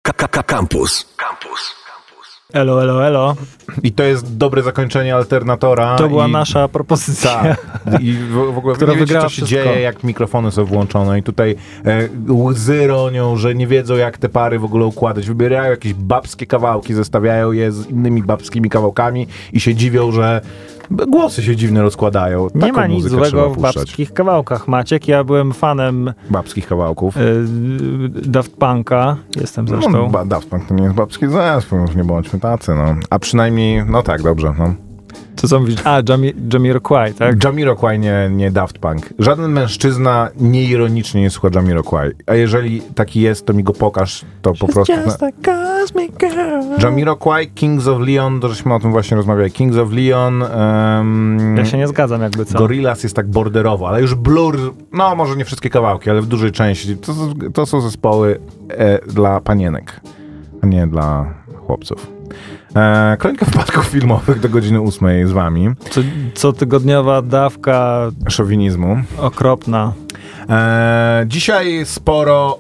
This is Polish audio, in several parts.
Campus. Elo, elo, elo. I to jest dobre zakończenie Alternatora. To była nasza propozycja. Tak. I w ogóle która nie wiecie, wygrała co się wszystko. dzieje, jak mikrofony są włączone. I tutaj łzy ronią, że nie wiedzą, jak te pary w ogóle układać. Wybierają jakieś babskie kawałki, zestawiają je z innymi babskimi kawałkami i się dziwią, że głosy się dziwnie rozkładają. Nie Taką ma nic muzykę złego trzeba w puszczać. babskich kawałkach, Maciek. Ja byłem fanem Babskich kawałków. Daft Punka. Jestem zresztą. No, Daft Punk to nie jest babski zespół, już nie bądźmy tacy, no. A przynajmniej, no tak, dobrze, no. Co mówisz? Jamiroquai, tak? Jamiroquai, nie Daft Punk. Żaden mężczyzna nieironicznie nie słucha Jamiroquai. A jeżeli taki jest, to mi go pokaż, to po prostu... Jamiroquai, Kings of Leon, to żeśmy o tym właśnie rozmawiali. Kings of Leon... Ja się nie zgadzam jakby co. Gorillaz jest tak borderowo, ale już Blur, no może nie wszystkie kawałki, ale w dużej części. To są zespoły dla panienek, a nie dla chłopców. Kronika wypadków filmowych do godziny 8 z wami. Cotygodniowa dawka Szowinizmu. okropna. Dzisiaj sporo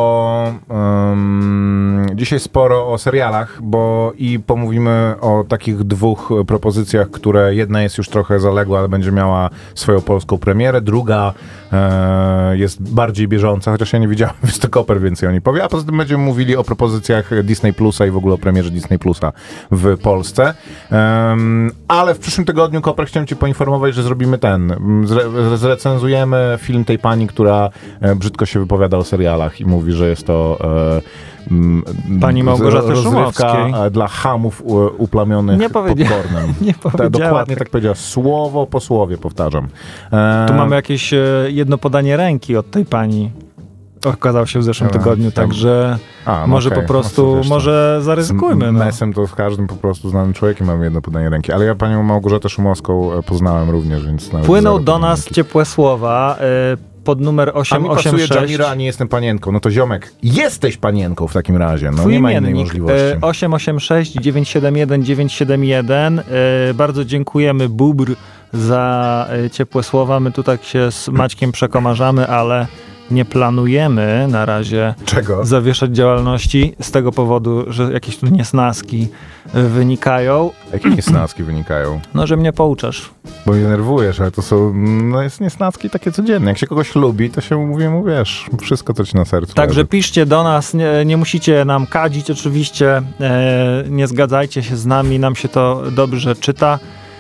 o serialach, bo i pomówimy o takich dwóch propozycjach, które jedna jest już trochę zaległa, ale będzie miała swoją polską premierę, druga jest bardziej bieżąca, chociaż ja nie widziałem Wystokoper, więcej o niej powie, a poza tym będziemy mówili o propozycjach Disney Plusa i w ogóle o premierze Disney Plusa w Polsce. Ale w przyszłym tygodniu, Koper, chciałem cię poinformować, że zrobimy zrecenzujemy film tej pani, która brzydko się wypowiada o serialach i mówi, że jest to Pani Małgorzaty rozrywka Szumowskiej. dla chamów uplamionych popcornem. Nie powiedziała. Dokładnie tak powiedziała. Słowo po słowie, powtarzam. Tu mamy jakieś jedno podanie ręki od tej pani. Okazał się w zeszłym tygodniu, także może po prostu, może zaryzykujmy. Z Mesem to z każdym po prostu znanym człowiekiem mamy jedno podanie ręki, ale ja panią Małgorzatę Szumowską poznałem również, więc... Płyną do nas ciepłe słowa pod numer 886. A mi pasuje Jamira, a nie jestem panienką. No to ziomek, jesteś panienką w takim razie. No Twój nie ma innej imiennik, możliwości. 886 971 971. Bardzo dziękujemy Bubr za ciepłe słowa. My tu tak się z Maćkiem przekomarzamy, ale nie planujemy na razie zawieszać działalności z tego powodu, że jakieś tu niesnaski wynikają. Jakie niesnaski wynikają? No, że mnie pouczasz. Bo mnie nerwujesz, ale to są jest niesnaski takie codzienne. Jak się kogoś lubi, to się mówi mu, wiesz, wszystko co ci na sercu Także leży. piszcie do nas, nie musicie nam kadzić oczywiście, nie zgadzajcie się z nami, nam się to dobrze czyta.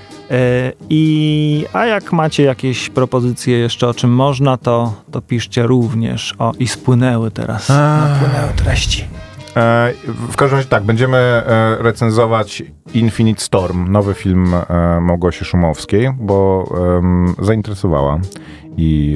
A jak macie jakieś propozycje jeszcze, o czym można, to piszcie również. I spłynęły teraz. Napłynęły treści. W każdym razie tak, będziemy recenzować Infinite Storm, nowy film Małgosi Szumowskiej, bo zainteresowała i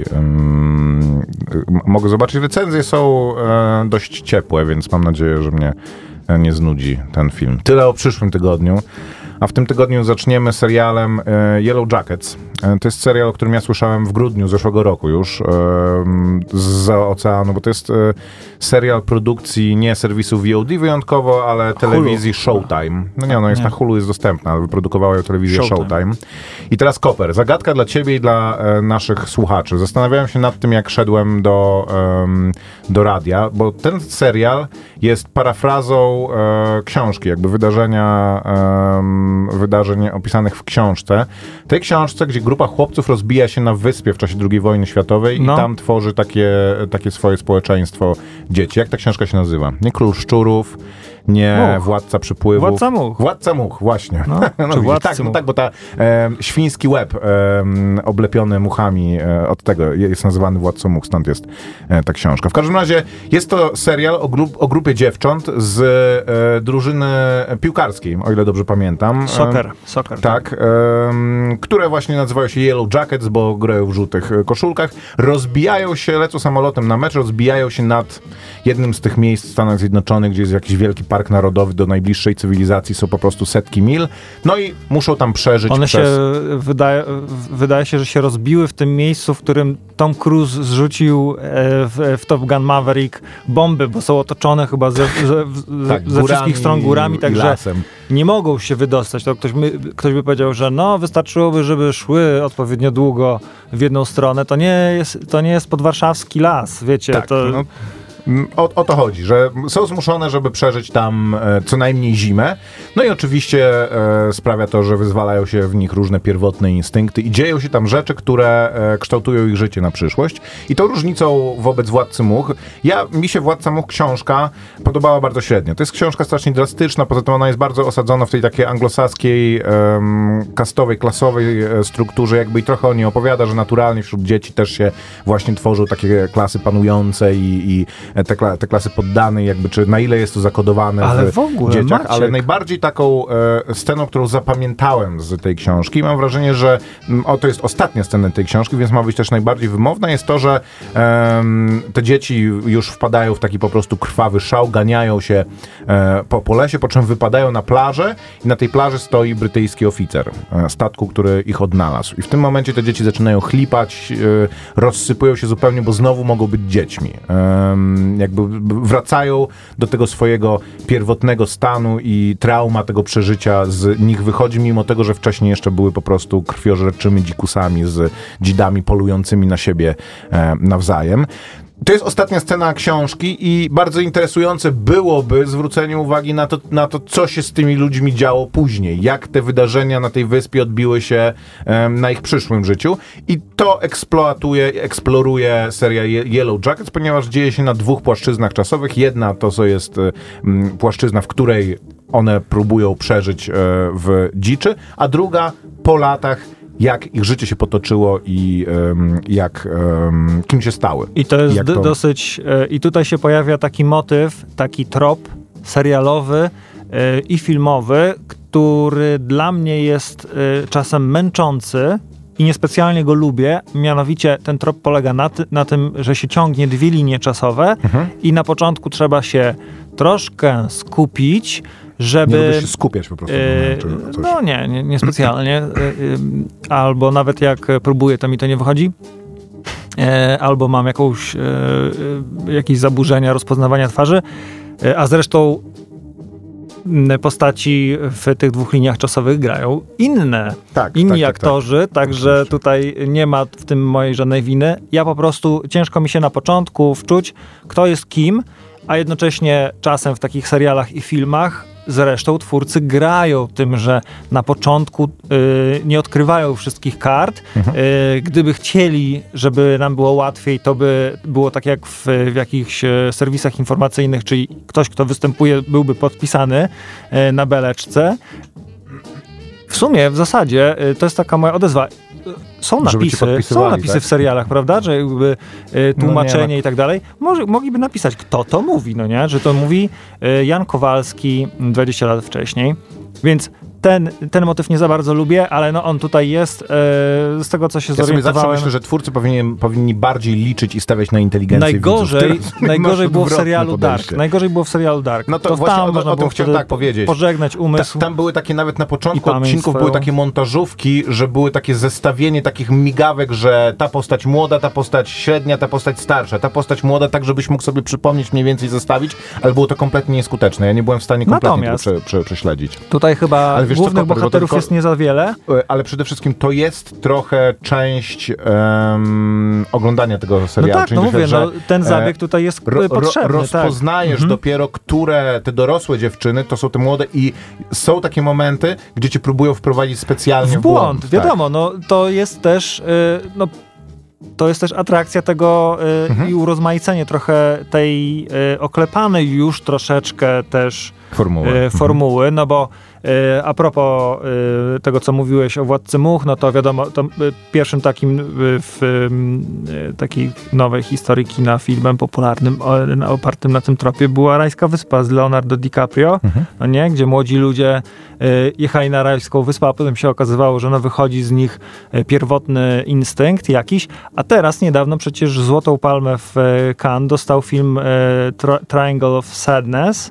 mogę zobaczyć, recenzje są dość ciepłe, więc mam nadzieję, że mnie nie znudzi ten film. Tyle o przyszłym tygodniu. A w tym tygodniu zaczniemy serialem Yellow Jackets. To jest serial, o którym ja słyszałem w grudniu zeszłego roku już zza oceanu, bo to jest serial produkcji nie serwisu VOD wyjątkowo, ale telewizji Showtime. No nie, ona jest na Hulu, jest dostępna, ale wyprodukowała ją telewizja Showtime. I teraz Koper, zagadka dla ciebie i dla naszych słuchaczy. Zastanawiałem się nad tym, jak szedłem do radia, bo ten serial jest parafrazą książki, jakby wydarzeń opisanych w książce. Tej książce, gdzie grupa chłopców rozbija się na wyspie w czasie II wojny światowej i tam tworzy takie swoje społeczeństwo dzieci. Jak ta książka się nazywa? Nie Król Szczurów, nie Władca Przypływów. Władca Much. Władca Much, właśnie. Czy Władcy Much. Tak, bo ta świński łeb oblepiony muchami, od tego jest nazywany Władcą Much, stąd jest ta książka. W każdym razie jest to serial o grupie dziewcząt z drużyny piłkarskiej, o ile dobrze pamiętam. Soccer. Tak, które właśnie nazywają się Yellow Jackets, bo grają w żółtych koszulkach. Lecą samolotem na mecz, rozbijają się nad jednym z tych miejsc w Stanach Zjednoczonych, gdzie jest jakiś wielki park narodowy, do najbliższej cywilizacji są po prostu setki mil, no i muszą tam przeżyć. One wydaje się, że się rozbiły w tym miejscu, w którym Tom Cruise zrzucił w Top Gun Maverick bomby, bo są otoczone chyba ze wszystkich stron górami, także nie mogą się wydostać. To ktoś by powiedział, że wystarczyłoby, żeby szły odpowiednio długo w jedną stronę. To nie jest podwarszawski las, wiecie. Tak, o to chodzi, że są zmuszone, żeby przeżyć tam co najmniej zimę. No i oczywiście sprawia to, że wyzwalają się w nich różne pierwotne instynkty i dzieją się tam rzeczy, które kształtują ich życie na przyszłość. I tą różnicą wobec Władcy Much, mi się Władca Much książka podobała bardzo średnio. To jest książka strasznie drastyczna, poza tym ona jest bardzo osadzona w tej takiej anglosaskiej, kastowej, klasowej strukturze, jakby i trochę o niej opowiada, że naturalnie wśród dzieci też się właśnie tworzą takie klasy panujące i te klasy poddane, jakby, czy na ile jest to zakodowane w ogóle, dzieciach, Maciek. Ale najbardziej taką sceną, którą zapamiętałem z tej książki, mam wrażenie, że to jest ostatnia scena tej książki, więc ma być też najbardziej wymowna, jest to, że te dzieci już wpadają w taki po prostu krwawy szał, ganiają się po lesie, po czym wypadają na plażę i na tej plaży stoi brytyjski oficer statku, który ich odnalazł. I w tym momencie te dzieci zaczynają chlipać, rozsypują się zupełnie, bo znowu mogą być dziećmi. Jakby wracają do tego swojego pierwotnego stanu i trauma tego przeżycia z nich wychodzi, mimo tego, że wcześniej jeszcze były po prostu krwiożerczymi dzikusami z dzidami polującymi na siebie nawzajem. To jest ostatnia scena książki i bardzo interesujące byłoby zwrócenie uwagi na to, co się z tymi ludźmi działo później, jak te wydarzenia na tej wyspie odbiły się na ich przyszłym życiu i to eksploruje seria Yellow Jackets, ponieważ dzieje się na dwóch płaszczyznach czasowych. Jedna to jest płaszczyzna, w której one próbują przeżyć w dziczy, a druga po latach, jak ich życie się potoczyło i kim się stały. I to jest dosyć... I tutaj się pojawia taki motyw, taki trop serialowy i filmowy, który dla mnie jest czasem męczący i niespecjalnie go lubię. Mianowicie ten trop polega na tym, że się ciągnie dwie linie czasowe i na początku trzeba się troszkę skupić, żeby... Nie lubię się skupiać po prostu. No nie specjalnie. Albo nawet jak próbuję, to mi to nie wychodzi. Albo mam jakieś zaburzenia rozpoznawania twarzy. A zresztą postaci w tych dwóch liniach czasowych grają inni aktorzy, także tutaj nie ma w tym mojej żadnej winy. Ja po prostu ciężko mi się na początku wczuć, kto jest kim, a jednocześnie czasem w takich serialach i filmach zresztą twórcy grają tym, że na początku nie odkrywają wszystkich kart. Gdyby chcieli, żeby nam było łatwiej, to by było tak jak w jakichś serwisach informacyjnych, czyli ktoś, kto występuje, byłby podpisany na beleczce. W sumie, w zasadzie, to jest taka moja odezwa. Są napisy w serialach, prawda? Że jakby tłumaczenie i tak dalej. Mogliby napisać, kto to mówi, no nie? Że to mówi Jan Kowalski 20 lat wcześniej. Więc ten motyw nie za bardzo lubię, ale no on tutaj jest, z tego co się zorientowałem. Ja sobie zawsze myślę, że twórcy powinni bardziej liczyć i stawiać na inteligencję Najgorzej było w serialu Dark. Najgorzej było w serialu Dark. No to właśnie o tym chciałem tak powiedzieć. Pożegnać umysł. Tam były takie, nawet na początku odcinków były takie montażówki, że były takie zestawienie takich migawek, że ta postać młoda, ta postać średnia, ta postać starsza, ta postać młoda, tak żebyś mógł sobie przypomnieć, mniej więcej zestawić, ale było to kompletnie nieskuteczne. Ja nie byłem w stanie kompletnie tego prześledzić. Tutaj chyba głównych bohaterów jest nie za wiele. Ale przede wszystkim to jest trochę część oglądania tego serialu. No tak, mówię, ten zabieg tutaj jest potrzebny. Rozpoznajesz dopiero, które te dorosłe dziewczyny to są te młode i są takie momenty, gdzie cię próbują wprowadzić specjalnie w błąd. Wiadomo, no to jest też... To jest też atrakcja tego i urozmaicenie trochę tej oklepanej już troszeczkę też formuły, no bo a propos tego, co mówiłeś o Władcy Much, no to wiadomo, to pierwszym takim w takiej nowej historii kina filmem popularnym opartym na tym tropie była Rajska Wyspa z Leonardo DiCaprio, no nie? Gdzie młodzi ludzie jechali na Rajską Wyspę, a potem się okazywało, że wychodzi z nich pierwotny instynkt jakiś, a teraz niedawno przecież Złotą Palmę w Cannes dostał film Triangle of Sadness,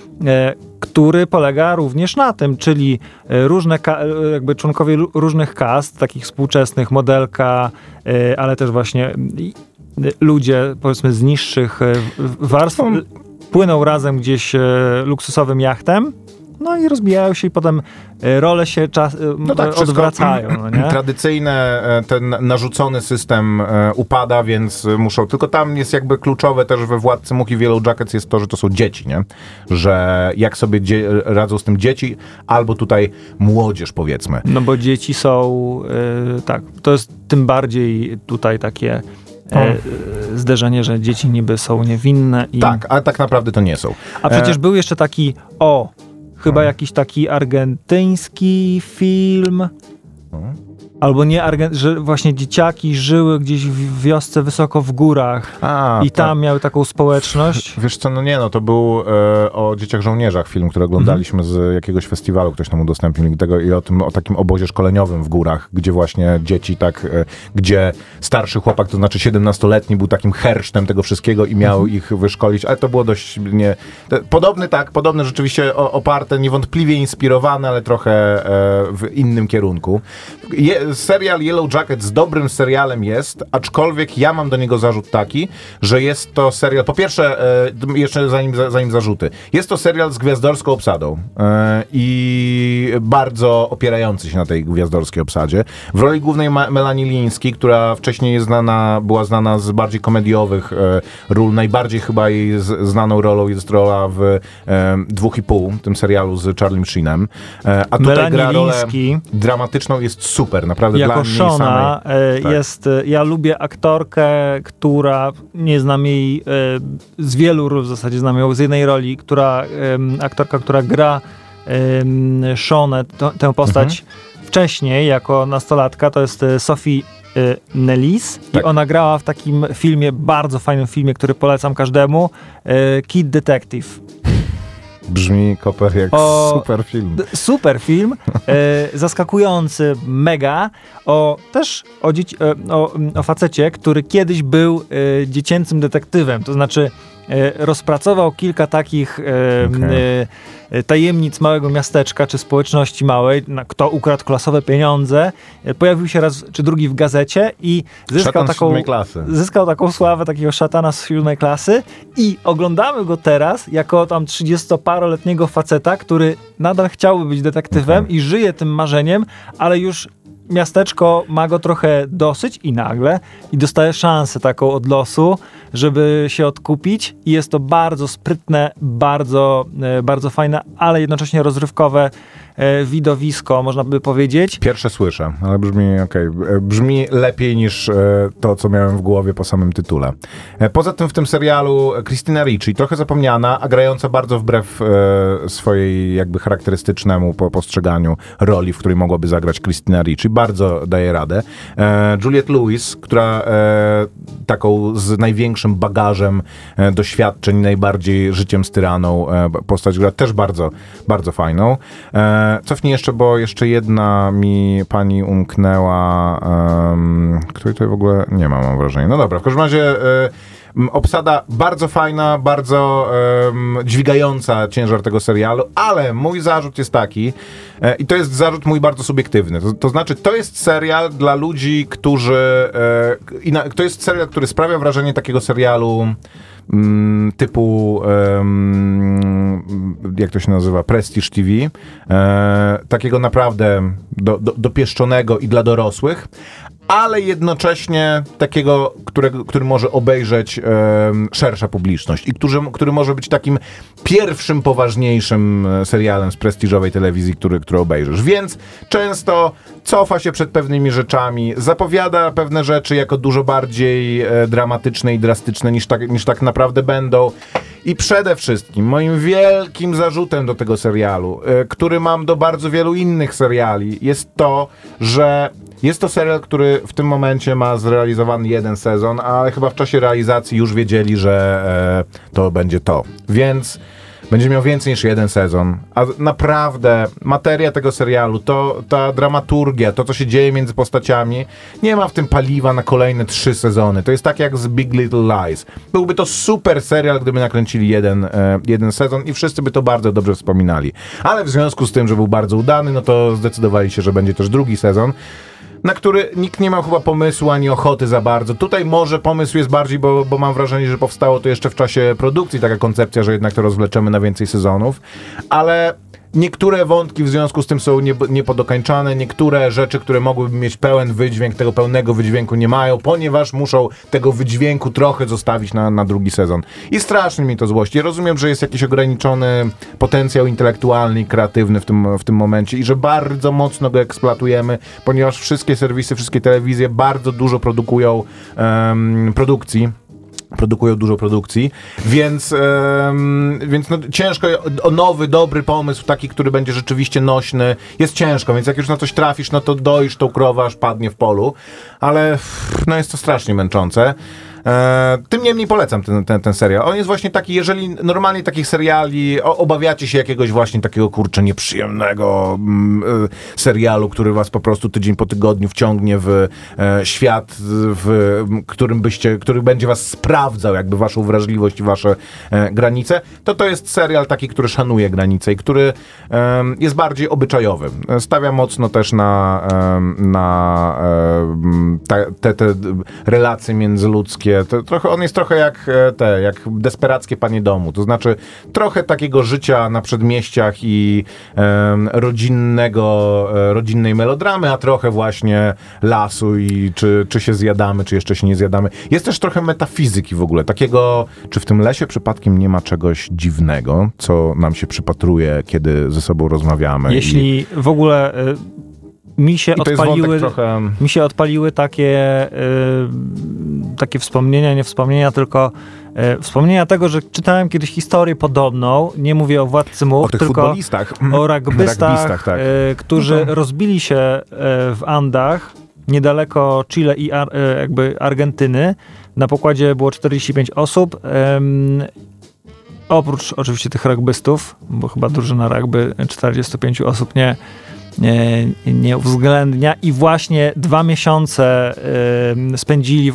który polega również na tym, czyli różne jakby członkowie różnych kast, takich współczesnych, modelka, ale też właśnie ludzie, powiedzmy, z niższych warstw, płyną razem gdzieś luksusowym jachtem, no i rozbijają się i potem role się odwracają. No nie? Tradycyjne, ten narzucony system upada, więc muszą, tylko tam jest jakby kluczowe też we Władcy Much i w Yellow Jackets jest to, że to są dzieci, nie? Że jak sobie radzą z tym dzieci, albo tutaj młodzież, powiedzmy. No bo dzieci są, tak, to jest tym bardziej tutaj takie zderzenie, że dzieci niby są niewinne. Tak, ale tak naprawdę to nie są. A przecież był jeszcze taki, chyba jakiś taki argentyński film, albo nie, że właśnie dzieciaki żyły gdzieś w wiosce wysoko w górach i tam miały taką społeczność. Wiesz co, to był o dzieciach żołnierzach film, który oglądaliśmy z jakiegoś festiwalu, ktoś nam udostępnił tego i o takim obozie szkoleniowym w górach, gdzie właśnie dzieci gdzie starszy chłopak, to znaczy 17-letni, był takim hersztem tego wszystkiego i miał ich wyszkolić, ale to było dość podobne rzeczywiście oparte, niewątpliwie inspirowane, ale trochę w innym kierunku. Serial Yellow Jackets dobrym serialem jest, aczkolwiek ja mam do niego zarzut taki, że jest to serial, po pierwsze, jeszcze zanim zarzuty, jest to serial z gwiazdorską obsadą i bardzo opierający się na tej gwiazdorskiej obsadzie. W roli głównej Melanie Linsky, która wcześniej była znana z bardziej komediowych ról, najbardziej chyba jej znaną rolą jest rola w 2,5, tym serialu z Charliem Sheenem, a tutaj Melanie gra rolę Linsky dramatyczną, jest super, naprawdę jako dla mnie Shona samej. jest, ja lubię aktorkę, która, nie znam jej z wielu ról w zasadzie, znam ją z jednej roli, aktorka, która gra Shonę, tę postać wcześniej jako nastolatka, to jest Sophie Nellis i ona grała w takim filmie, bardzo fajnym filmie, który polecam każdemu, Kid Detective. Brzmi, Koper, jak super film. Super film, zaskakujący, mega, o facecie, który kiedyś był dziecięcym detektywem, to znaczy rozpracował kilka takich tajemnic małego miasteczka czy społeczności małej, kto ukradł klasowe pieniądze. Pojawił się raz czy drugi w gazecie i zyskał taką sławę takiego szatana z 7 klasy i oglądamy go teraz jako tam 30-paroletniego faceta, który nadal chciałby być detektywem i żyje tym marzeniem, ale już miasteczko ma go trochę dosyć i dostaje szansę taką od losu, żeby się odkupić i jest to bardzo sprytne, bardzo, bardzo fajne, ale jednocześnie rozrywkowe widowisko, można by powiedzieć. Pierwsze słyszę, ale brzmi lepiej niż to, co miałem w głowie po samym tytule. Poza tym w tym serialu Christina Ricci, trochę zapomniana, a grająca bardzo wbrew swojej jakby charakterystycznemu postrzeganiu roli, w której mogłaby zagrać Christina Ricci, bardzo daje radę. Juliette Lewis, która taką z największym bagażem doświadczeń, najbardziej życiem z tyraną postać gra, też bardzo, bardzo fajną. Cofnij jeszcze, bo jeszcze jedna mi pani umknęła, której tutaj w ogóle nie mam wrażenia. No dobra, w każdym razie obsada bardzo fajna, bardzo dźwigająca ciężar tego serialu, ale mój zarzut jest taki, i to jest zarzut mój bardzo subiektywny, to znaczy to jest serial dla ludzi, to jest serial, który sprawia wrażenie takiego serialu typu jak to się nazywa, Prestige TV, takiego naprawdę dopieszczonego i dla dorosłych, ale jednocześnie takiego, który może obejrzeć szersza publiczność i który może być takim pierwszym, poważniejszym serialem z prestiżowej telewizji, który obejrzysz. Więc często cofa się przed pewnymi rzeczami, zapowiada pewne rzeczy jako dużo bardziej dramatyczne i drastyczne niż tak naprawdę będą. I przede wszystkim moim wielkim zarzutem do tego serialu, który mam do bardzo wielu innych seriali, jest to, że jest to serial, który w tym momencie ma zrealizowany 1 sezon, ale chyba w czasie realizacji już wiedzieli, że to będzie to. Więc będzie miał więcej niż 1 sezon. A naprawdę materia tego serialu, ta dramaturgia, to co się dzieje między postaciami, nie ma w tym paliwa na kolejne 3 sezony. To jest tak jak z Big Little Lies. Byłby to super serial, gdyby nakręcili jeden sezon i wszyscy by to bardzo dobrze wspominali. Ale w związku z tym, że był bardzo udany, no to zdecydowali się, że będzie też 2 sezon, na który nikt nie miał chyba pomysłu ani ochoty za bardzo. Tutaj może pomysł jest bardziej, bo mam wrażenie, że powstało to jeszcze w czasie produkcji, taka koncepcja, że jednak to rozwleczemy na więcej sezonów, ale niektóre wątki w związku z tym są niepodokończane, niektóre rzeczy, które mogłyby mieć pełen wydźwięk, tego pełnego wydźwięku nie mają, ponieważ muszą tego wydźwięku trochę zostawić na drugi sezon. I strasznie mi to złości. Ja rozumiem, że jest jakiś ograniczony potencjał intelektualny i kreatywny w tym momencie i że bardzo mocno go eksploatujemy, ponieważ wszystkie serwisy, wszystkie telewizje bardzo dużo produkują dużo produkcji, więc no, ciężko o nowy, dobry pomysł, taki, który będzie rzeczywiście nośny, jest ciężko, więc jak już na coś trafisz, no to doisz tą krowę, aż padnie w polu, ale no jest to strasznie męczące. Tym niemniej polecam ten serial. On jest właśnie taki, jeżeli normalnie takich seriali obawiacie się jakiegoś właśnie takiego, kurczę, nieprzyjemnego serialu, który was po prostu tydzień po tygodniu wciągnie w świat, który będzie was sprawdzał, jakby waszą wrażliwość i wasze granice, to jest serial taki, który szanuje granice i który jest bardziej obyczajowy. Stawia mocno też na te relacje międzyludzkie. On jest trochę jak Desperackie Panie Domu. To znaczy trochę takiego życia na przedmieściach i rodzinnej melodramy, a trochę właśnie lasu i czy się zjadamy, czy jeszcze się nie zjadamy. Jest też trochę metafizyki w ogóle. Takiego, czy w tym lesie przypadkiem nie ma czegoś dziwnego, co nam się przypatruje, kiedy ze sobą rozmawiamy. Jeśli w ogóle... Mi się odpaliły takie wspomnienia, nie wspomnienia, tylko wspomnienia tego, że czytałem kiedyś historię podobną, nie mówię o Władcy Much, tylko o rugbystach, tak. Którzy rozbili się w Andach, niedaleko Chile i jakby Argentyny. Na pokładzie było 45 osób. Oprócz oczywiście tych rugbystów, bo chyba drużyna rugby 45 osób nie uwzględnia i właśnie 2 miesiące spędzili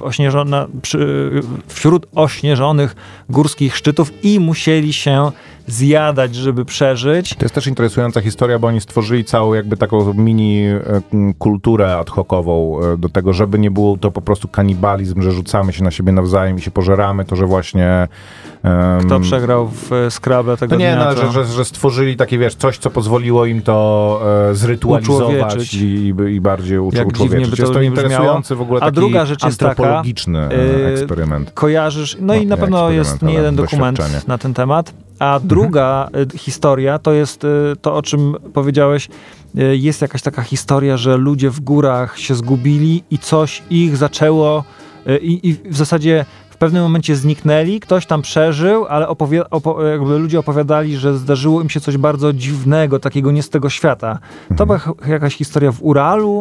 wśród ośnieżonych górskich szczytów i musieli się zjadać, żeby przeżyć. To jest też interesująca historia, bo oni stworzyli całą jakby taką mini kulturę ad hocową do tego, żeby nie było to po prostu kanibalizm, że rzucamy się na siebie nawzajem i się pożeramy, to że właśnie... Kto przegrał w Scrabble tego dnia? No nie, że stworzyli takie, wiesz, coś, co pozwoliło im to zrytualizować i bardziej uczłowieczyć. Jest to interesujący w ogóle taki antropologiczny eksperyment. Kojarzysz, no i na pewno jest nie jeden dokument na ten temat. A druga historia to jest to, o czym powiedziałeś. Jest jakaś taka historia, że ludzie w górach się zgubili i coś ich zaczęło i w zasadzie w pewnym momencie zniknęli, ktoś tam przeżył, ale jakby ludzie opowiadali, że zdarzyło im się coś bardzo dziwnego, takiego nie z tego świata. To była jakaś historia w Uralu.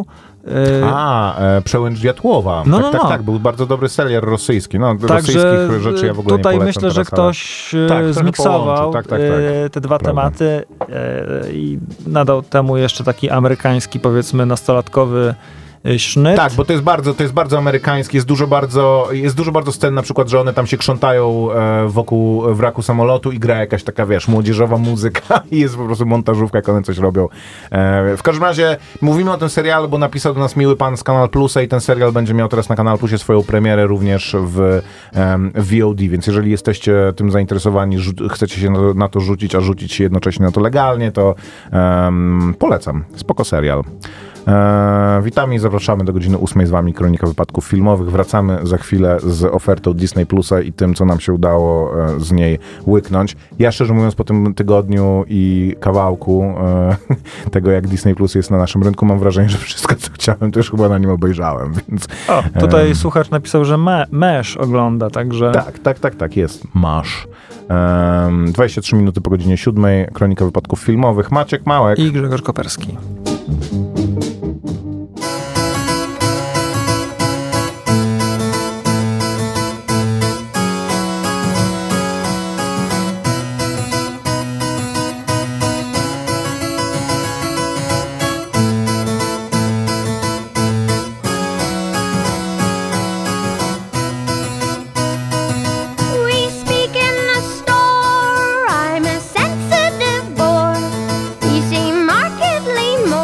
Przełęcz Diatłowa. Tak, był bardzo dobry serial rosyjski. Rosyjskich rzeczy ja w ogóle tutaj nie polecam myślę, teraz, że ktoś zmiksował te dwa tematy i nadał temu jeszcze taki amerykański, powiedzmy, nastolatkowy sznyt. Tak, bo to jest bardzo amerykański, jest dużo bardzo scen, na przykład, że one tam się krzątają wokół wraku samolotu i gra jakaś taka, wiesz, młodzieżowa muzyka i jest po prostu montażówka, jak one coś robią. W każdym razie mówimy o tym serialu, bo napisał do nas miły pan z Kanal Plusa i ten serial będzie miał teraz na Kanal Plusie swoją premierę również w VOD, więc jeżeli jesteście tym zainteresowani, chcecie się na to rzucić, a rzucić się jednocześnie na to legalnie, to polecam. Spoko serial. Witamy i zapraszamy do godziny 8 z wami Kronika Wypadków Filmowych. Wracamy za chwilę z ofertą Disney Plusa i tym, co nam się udało z niej łyknąć. Ja szczerze mówiąc po tym tygodniu i kawałku tego, jak Disney Plus jest na naszym rynku, mam wrażenie, że wszystko, co chciałem, to już chyba na nim obejrzałem. Więc, tutaj słuchacz napisał, że Mesz ogląda, także... Tak, jest Masz. 23 minuty po godzinie 7. Kronika Wypadków Filmowych. Maciek Małek i Grzegorz Koperski. We see markedly more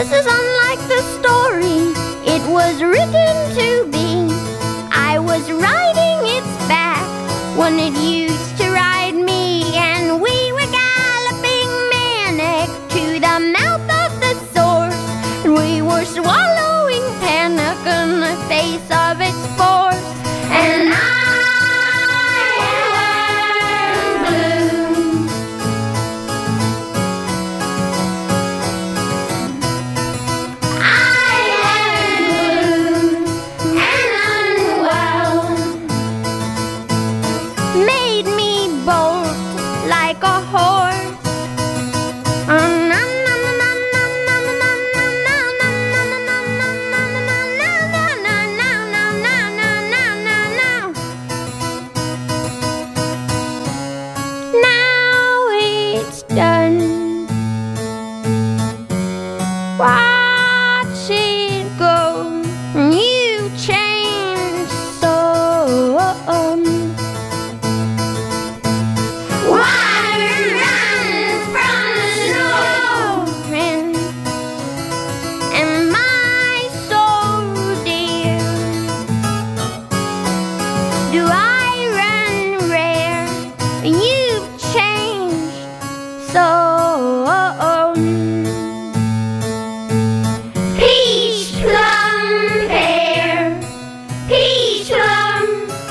This is unlike the story it was written to be. I was riding its back when it used to ride me, and we were galloping manic to the mouth of the source, and we were swallowing panic in the face of its force. And I learned blues. I learned blues and unwell. Made me bolt like a horse. Now it's done. Watch it go. You changed so. Water runs from the snow, and my soul, dear, do I run rare? You've changed so. Peach plum pear, peach plum.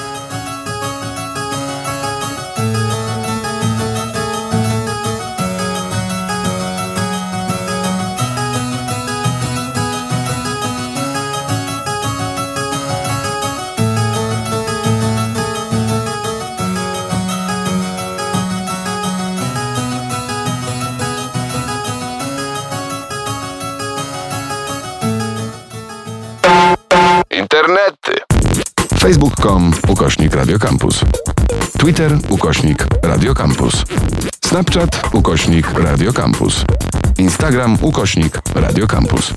Internety. Facebook.com/Radio Campus. Twitter /Radio Campus. Snapchat /Radio Campus. Instagram /Radio Campus.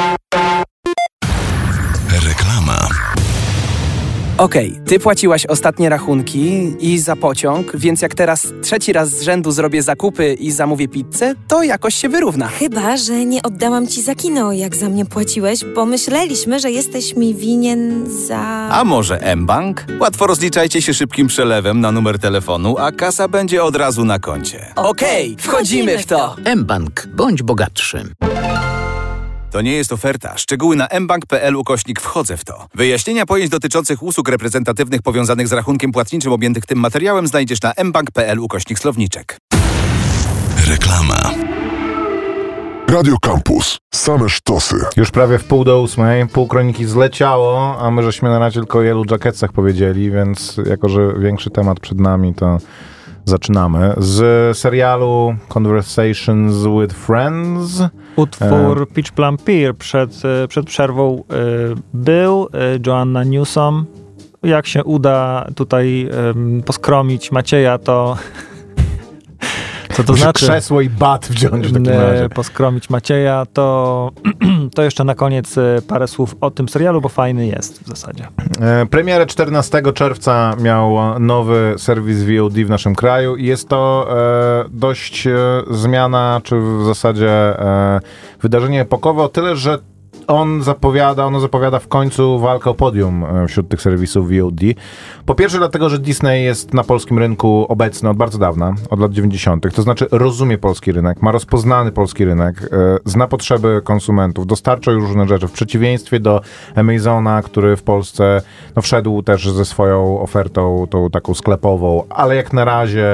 Reklama. Okej, ty płaciłaś ostatnie rachunki i za pociąg, więc jak teraz trzeci raz z rzędu zrobię zakupy i zamówię pizzę, to jakoś się wyrówna. Chyba, że nie oddałam ci za kino, jak za mnie płaciłeś, bo myśleliśmy, że jesteś mi winien za... A może mBank? Łatwo rozliczajcie się szybkim przelewem na numer telefonu, a kasa będzie od razu na koncie. Okej, wchodzimy w to. mBank. Bądź bogatszym. To nie jest oferta. Szczegóły na mbank.pl/wchodzę w to. Wyjaśnienia pojęć dotyczących usług reprezentatywnych powiązanych z rachunkiem płatniczym objętych tym materiałem znajdziesz na mbank.pl/słowniczek. Reklama. Radio Campus. Same sztosy. Już prawie w 7:30, pół kroniki zleciało, a my żeśmy na razie tylko o Yellow Jacketsach powiedzieli, więc jako, że większy temat przed nami, to zaczynamy. Z serialu Conversations with Friends. Utwór Peach Plum Pear przed przerwą był. Joanna Newsom. Jak się uda tutaj poskromić Macieja, to... Co to znaczy? Krzesło i bat wziąć w takim razie. Poskromić Macieja, to jeszcze na koniec parę słów o tym serialu, bo fajny jest w zasadzie. Premierę 14 czerwca miał nowy serwis VOD w naszym kraju i jest to dość zmiana, czy w zasadzie wydarzenie epokowe, o tyle, że ono zapowiada w końcu walkę o podium wśród tych serwisów VOD. Po pierwsze dlatego, że Disney jest na polskim rynku obecny od bardzo dawna, od lat 90. To znaczy rozumie polski rynek, ma rozpoznany polski rynek, zna potrzeby konsumentów, dostarcza już różne rzeczy, w przeciwieństwie do Amazona, który w Polsce wszedł też ze swoją ofertą, tą taką sklepową, ale jak na razie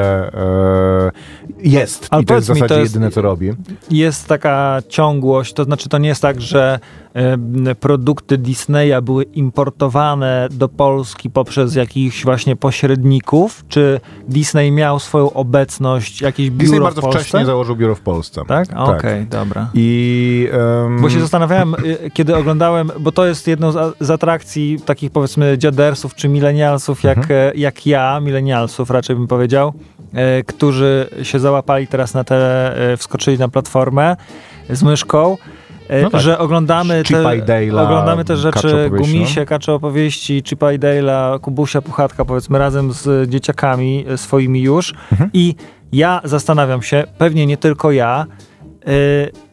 jest. Ale i to jest w zasadzie jedyne, co robi. Jest taka ciągłość, to znaczy to nie jest tak, że produkty Disneya były importowane do Polski poprzez jakichś właśnie pośredników, czy Disney miał swoją obecność, jakieś biuro Disney w bardzo Polsce? wcześnie założył biuro w Polsce. Tak? Okej, dobra. I bo się zastanawiałem, kiedy oglądałem, bo to jest jedną z atrakcji takich, powiedzmy, dziadersów czy milenialsów, jak ja, milenialsów raczej bym powiedział, którzy się załapali teraz na wskoczyli na platformę z myszką, tak. że oglądamy te rzeczy, Gumisie, Kacze opowieści, Chipa i Dale'a, Kubusia, Puchatka, powiedzmy, razem z dzieciakami swoimi już. I ja zastanawiam się, pewnie nie tylko ja,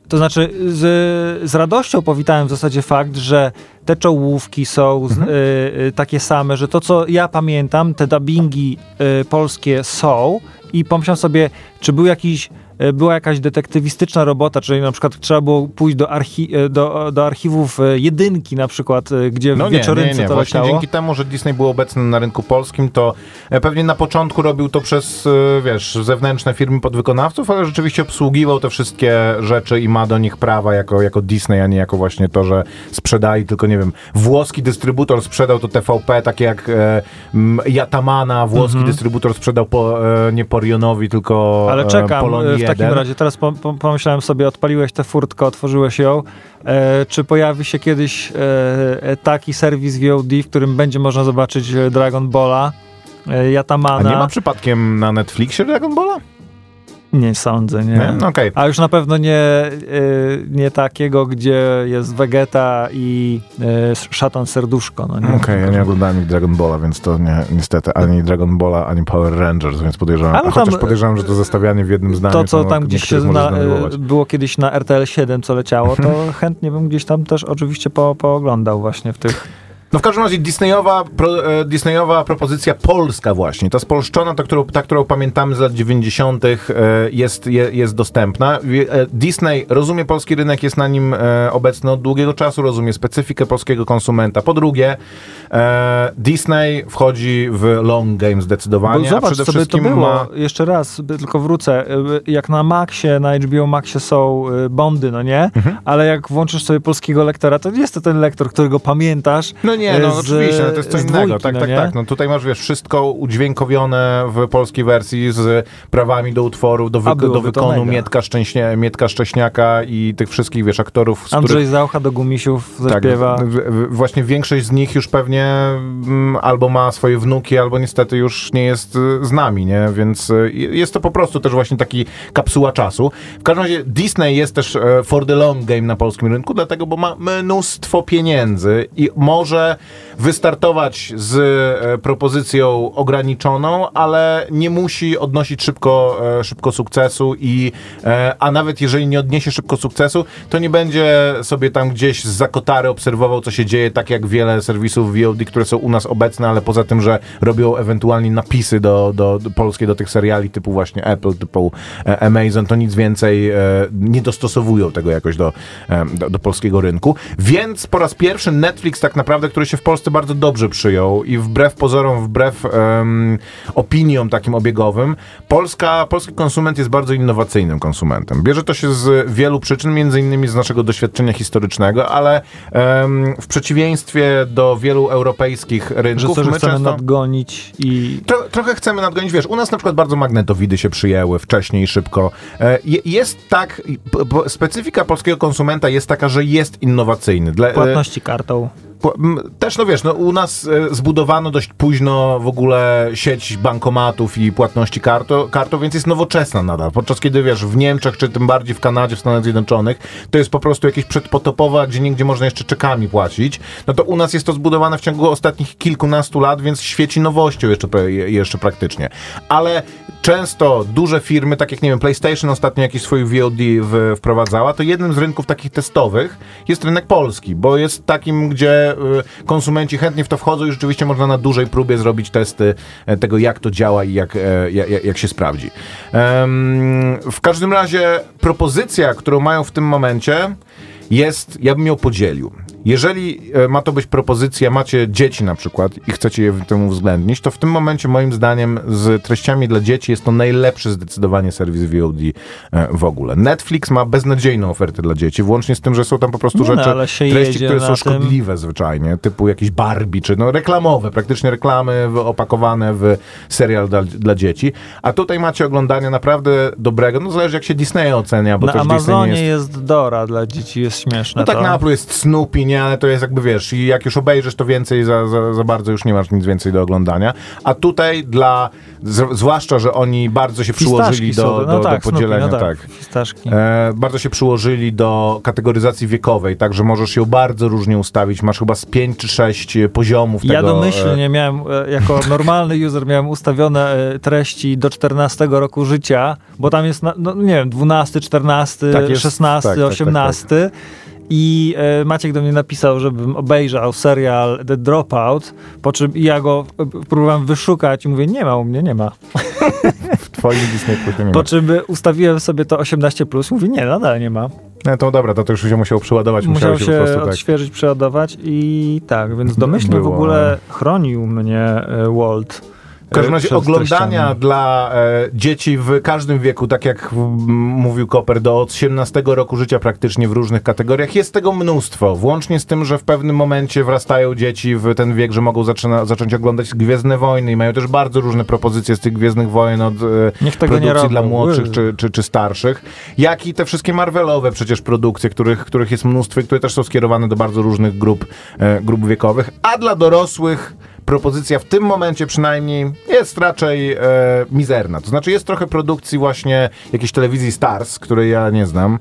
To znaczy z radością powitałem w zasadzie fakt, że te czołówki są takie same, że to, co ja pamiętam, te dubbingi polskie są i pomyślałem sobie, czy była jakaś detektywistyczna robota, czyli na przykład trzeba było pójść do archiwów Jedynki na przykład, gdzie w Wieczorynce to Właśnie leciało. dzięki temu, że Disney był obecny na rynku polskim, to pewnie na początku robił to przez, zewnętrzne firmy podwykonawców, ale rzeczywiście obsługiwał te wszystkie rzeczy i ma do nich prawa jako Disney, a nie jako właśnie to, że sprzedali, tylko nie wiem, włoski dystrybutor sprzedał to TVP, takie jak Yatamana, włoski dystrybutor sprzedał nie Porionowi, tylko Ale czekam, Polonii w takim 1. razie teraz pomyślałem sobie, odpaliłeś tę furtkę, otworzyłeś ją, czy pojawi się kiedyś taki serwis VOD, w którym będzie można zobaczyć Dragon Balla, Yatamana? A nie ma przypadkiem na Netflixie Dragon Balla? Nie sądzę, nie. Okej. A już na pewno nie takiego, gdzie jest Vegeta i szatan serduszko. No nie? Okej, ja nie oglądałem nigdy Dragon Balla, więc to niestety ani Dragon Balla, ani Power Rangers, więc podejrzewam, Ale chociaż podejrzewam, że to zestawianie w jednym zdaniu to, co tam gdzieś się było kiedyś na RTL 7, co leciało, to chętnie bym gdzieś tam też oczywiście pooglądał właśnie w tych... No w każdym razie Disneyowa propozycja polska właśnie, ta spolszczona, ta, którą pamiętamy z lat 90. Jest dostępna. Disney rozumie polski rynek, jest na nim obecny od długiego czasu, rozumie specyfikę polskiego konsumenta. Po drugie, Disney wchodzi w long game zdecydowanie, Bo zobacz, a przede sobie wszystkim to było, jeszcze raz, tylko wrócę, jak na Maxie, na HBO Maxie są Bondy, no nie? Ale jak włączysz sobie polskiego lektora, to jest to ten lektor, którego pamiętasz. No nie, oczywiście, to jest co innego. Tak. No tutaj masz, wszystko udźwiękowione w polskiej wersji z prawami do utworu, do wykonu Mietka Szcześniaka i tych wszystkich, aktorów, z Andrzej Zaucha do Gumisiów zaśpiewa. Tak, właśnie większość z nich już pewnie albo ma swoje wnuki, albo niestety już nie jest z nami, nie? Więc jest to po prostu też właśnie taki kapsuła czasu. W każdym razie Disney jest też for the long game na polskim rynku, dlatego, bo ma mnóstwo pieniędzy i może wystartować z propozycją ograniczoną, ale nie musi odnosić szybko sukcesu a nawet jeżeli nie odniesie szybko sukcesu, to nie będzie sobie tam gdzieś z kotary obserwował, co się dzieje, tak jak wiele serwisów VOD, które są u nas obecne, ale poza tym, że robią ewentualnie napisy do polskie do tych seriali typu właśnie Apple, typu Amazon, to nic więcej nie dostosowują tego jakoś do polskiego rynku. Więc po raz pierwszy Netflix tak naprawdę, który się w Polsce bardzo dobrze przyjął i wbrew pozorom, wbrew opiniom takim obiegowym, polski konsument jest bardzo innowacyjnym konsumentem. Bierze to się z wielu przyczyn, między innymi z naszego doświadczenia historycznego, ale w przeciwieństwie do wielu europejskich rynków, że chcemy nadgonić i... Trochę chcemy nadgonić, u nas na przykład bardzo magnetowidy się przyjęły wcześniej i szybko. Jest tak, specyfika polskiego konsumenta jest taka, że jest innowacyjny. Płatności kartą. Też, u nas zbudowano dość późno w ogóle sieć bankomatów i płatności kartą, więc jest nowoczesna nadal. Podczas kiedy, w Niemczech, czy tym bardziej w Kanadzie, w Stanach Zjednoczonych, to jest po prostu jakieś przedpotopowe, gdzie nigdzie można jeszcze czekami płacić. No to u nas jest to zbudowane w ciągu ostatnich kilkunastu lat, więc świeci nowością jeszcze praktycznie. Ale często duże firmy, tak jak, nie wiem, PlayStation ostatnio jakiś swój VOD wprowadzała, to jednym z rynków takich testowych jest rynek polski, bo jest takim, gdzie konsumenci chętnie w to wchodzą i rzeczywiście można na dużej próbie zrobić testy tego, jak to działa i jak się sprawdzi. W każdym razie propozycja, którą mają w tym momencie, ja bym ją podzielił. Jeżeli ma to być propozycja, macie dzieci na przykład i chcecie je w tym uwzględnić, to w tym momencie moim zdaniem z treściami dla dzieci jest to najlepszy zdecydowanie serwis VOD w ogóle. Netflix ma beznadziejną ofertę dla dzieci, włącznie z tym, że są tam po prostu treści, które są szkodliwe zwyczajnie, typu jakieś Barbie, czy reklamowe, praktycznie reklamy opakowane w serial dla dzieci. A tutaj macie oglądania naprawdę dobrego, zależy jak się Disney ocenia, bo na też Amazonie Disney jest Dora dla dzieci, jest śmieszne. Tak na Apple jest Snoopy, nie, ale to jest i jak już obejrzysz, to więcej za bardzo już nie masz nic więcej do oglądania. A tutaj zwłaszcza, że oni bardzo się przyłożyli do podzielenia. Fistaszki. Bardzo się przyłożyli do kategoryzacji wiekowej, także możesz ją bardzo różnie ustawić. Masz chyba z 5 czy 6 poziomów tego. Ja domyślnie miałem, jako normalny user, miałem ustawione treści do 14 roku życia, bo tam jest, no nie wiem, 12, 14, Tak, jest, 16, tak, 18 i Maciek do mnie napisał, żebym obejrzał serial The Dropout, po czym ja go próbowałem wyszukać i mówię, nie ma u mnie, nie ma. W twoim Disney Plusie nie ma. Po czym ustawiłem sobie to 18+, mówię, nie, nadal nie ma. No to dobra, to już się musiał przeładować. Musiał się się po prostu odświeżyć, przeładować i tak, więc domyślnie w ogóle chronił mnie Walt. W każdym razie przed oglądania treściami. dla dzieci w każdym wieku, tak jak mówił Koper, do 18 roku życia praktycznie w różnych kategoriach. Jest tego mnóstwo, włącznie z tym, że w pewnym momencie wrastają dzieci w ten wiek, że mogą zacząć oglądać Gwiezdne Wojny i mają też bardzo różne propozycje z tych Gwiezdnych Wojen od Niech tego nie produkcji robią. dla młodszych czy starszych, jak i te wszystkie Marvelowe przecież produkcje, których jest mnóstwo i które też są skierowane do bardzo różnych grup wiekowych, a dla dorosłych propozycja w tym momencie przynajmniej jest raczej mizerna. To znaczy jest trochę produkcji właśnie jakiejś telewizji Stars, której ja nie znam.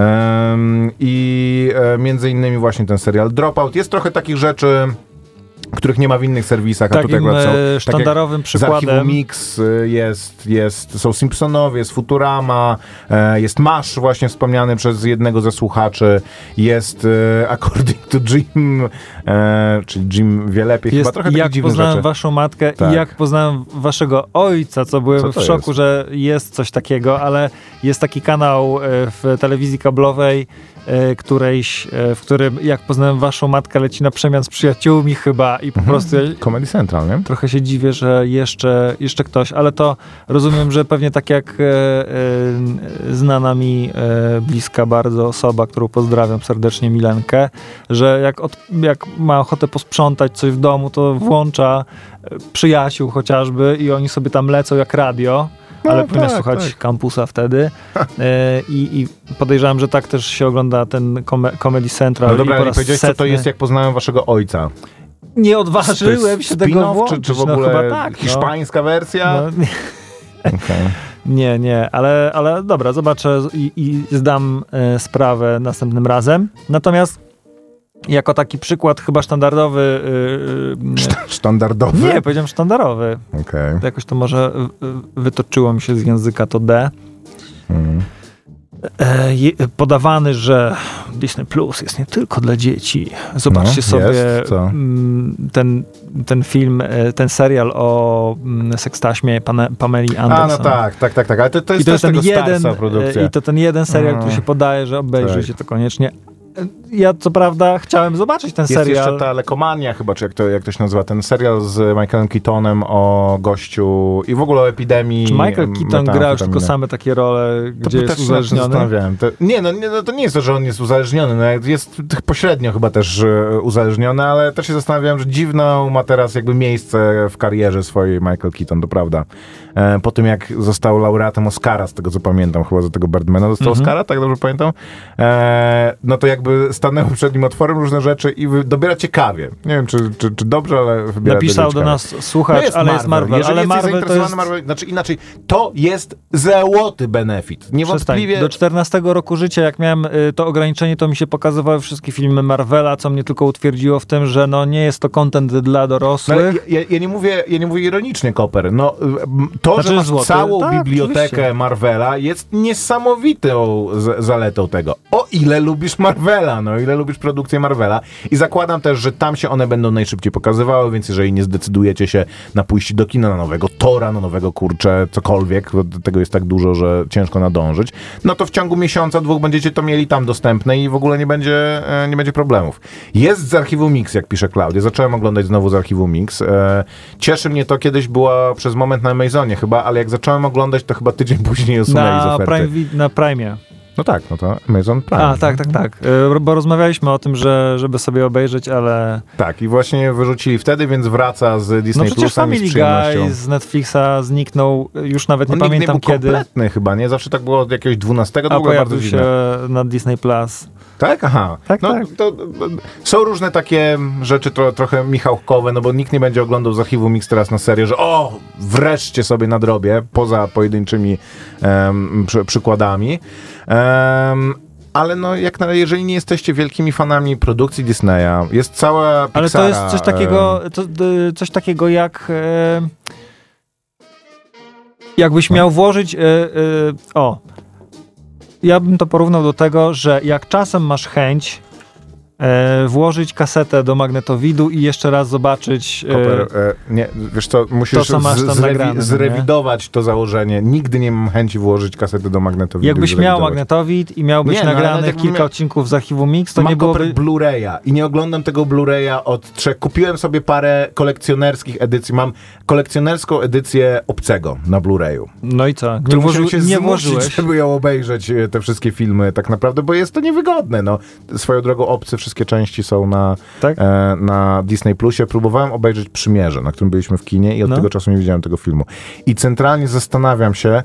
I między innymi właśnie ten serial Dropout. Jest trochę takich rzeczy, których nie ma w innych serwisach, a tutaj akurat są. Sztandarowym przykładem. Z Archiwum Mix są Simpsonowie, jest Futurama, jest MASH właśnie wspomniany przez jednego ze słuchaczy, jest According to Jim, czyli Jim wie lepiej, jest chyba trochę takich jak dziwnych poznałem rzeczy. waszą matkę Tak. i jak poznałem waszego ojca, co byłem Co to w szoku, jest? że jest coś takiego, ale jest taki kanał w telewizji kablowej, w którym jak poznałem waszą matkę leci na przemian z przyjaciółmi chyba i po prostu ja Comedy Central, nie? trochę się dziwię, że jeszcze ktoś, ale to rozumiem, że pewnie tak jak znana mi bliska bardzo osoba, którą pozdrawiam serdecznie, Milenkę, że jak ma ochotę posprzątać coś w domu, to włącza Przyjaciół chociażby i oni sobie tam lecą jak radio. Ale powinna słuchać Kampusa wtedy. I podejrzewam, że tak też się ogląda ten Comedy Central. No dobra, i po ale raz powiedziałeś, co to setny. jest, jak poznałem waszego ojca. Nie odważyłem się tego Spin-off, włączyć. czy w ogóle no, chyba tak, hiszpańska wersja? No, nie, ale dobra, zobaczę i zdam sprawę następnym razem. Natomiast jako taki przykład chyba sztandarowy... Sztandardowy? Nie, powiedziałem sztandarowy. Okay. Jakoś to może wytoczyło mi się z języka to D. Podawany, że Disney Plus jest nie tylko dla dzieci. Zobaczcie sobie ten film, ten serial o sekstaśmie Pameli Anderson. A, no tak, ale to jest też tego Starsa produkcja. I to ten jeden serial, który się podaje, że obejrzyjcie to koniecznie. Ja co prawda chciałem zobaczyć ten serial. Jest jeszcze ta Lekomania chyba, czy jak to się nazywa, ten serial z Michaelem Keatonem o gościu i w ogóle o epidemii. Czy Michael Keaton grał już tylko same takie role, gdzie jest uzależniony? To nie jest to, że on jest uzależniony, no jest pośrednio chyba też uzależniony, ale też się zastanawiałem, że dziwną ma teraz jakby miejsce w karierze swojej Michael Keaton, to prawda. Po tym jak został laureatem Oscara, z tego co pamiętam, chyba za tego Birdmana dostał Oscara, tak dobrze pamiętam, no to jakby stanęły przed nim otworem różne rzeczy i dobiera ciekawie. Nie wiem, czy dobrze, ale wybiera napisał do nas słuchacz, no ale jest Marvel. Jeżeli ale Marvel to jest... Marvel, znaczy inaczej, to jest złoty benefit. Niewątpliwie... Do 14 roku życia, jak miałem to ograniczenie, to mi się pokazywały wszystkie filmy Marvela, co mnie tylko utwierdziło w tym, że no nie jest to content dla dorosłych. No, ja nie mówię ironicznie, Koper. No, to, że masz całą bibliotekę oczywiście. Marvela, jest niesamowitą zaletą tego. O ile lubisz Marvela, no ile lubisz produkcję Marvela. I zakładam też, że tam się one będą najszybciej pokazywały, więc jeżeli nie zdecydujecie się na pójście do kina, na nowego Tora, na nowego cokolwiek, bo tego jest tak dużo, że ciężko nadążyć, no to w ciągu miesiąca, 2 będziecie to mieli tam dostępne i w ogóle nie będzie problemów. Jest z Archiwum Mix, jak pisze Klaudia. Zacząłem oglądać znowu z Archiwum Mix. Cieszy mnie to, kiedyś była przez moment na Amazonie chyba, ale jak zacząłem oglądać, to chyba tydzień później usunęli z oferty. Na Prime'ie. No tak, no to Amazon Prime. A, tak. Bo rozmawialiśmy o tym, żeby sobie obejrzeć, ale... Tak, i właśnie wyrzucili wtedy, więc wraca z Disney Plusem i z przyjemnością. Family Guy z Netflixa zniknął, już nawet nie pamiętam nie był kiedy. Kompletny chyba, nie? Zawsze tak było od jakiegoś 12 A długo, bardzo się dziwne. na Disney Plus. Tak? Aha. Tak. To są różne takie rzeczy trochę michałkowe, no bo nikt nie będzie oglądał z Archiwum Mix teraz na serię, że wreszcie sobie nadrobię, poza pojedynczymi przykładami. Ale no, jeżeli nie jesteście wielkimi fanami produkcji Disneya, jest cała Pixara... Ale to jest coś takiego, jak... Jakbyś miał włożyć... Ja bym to porównał do tego, że jak czasem masz chęć włożyć kasetę do magnetowidu i jeszcze raz zobaczyć nie, wiesz co, musisz to, co masz tam nagrane, zrewidować to założenie. Nigdy nie mam chęci włożyć kasety do magnetowidu. Jakbyś miał magnetowid i miałbyś nagrane kilka odcinków z archiwum Mix, to mam nie byłoby... Blu-raya i nie oglądam tego Blu-raya od 3. Kupiłem sobie parę kolekcjonerskich edycji. Mam kolekcjonerską edycję Obcego na Blu-rayu. No i co? Nie włożyłeś, żeby ją obejrzeć, te wszystkie filmy tak naprawdę, bo jest to niewygodne. No. Swoją drogą Obcy, wszystkie części są na Disney Plusie. Próbowałem obejrzeć Przymierze, na którym byliśmy w kinie i od tego czasu nie widziałem tego filmu. I centralnie zastanawiam się,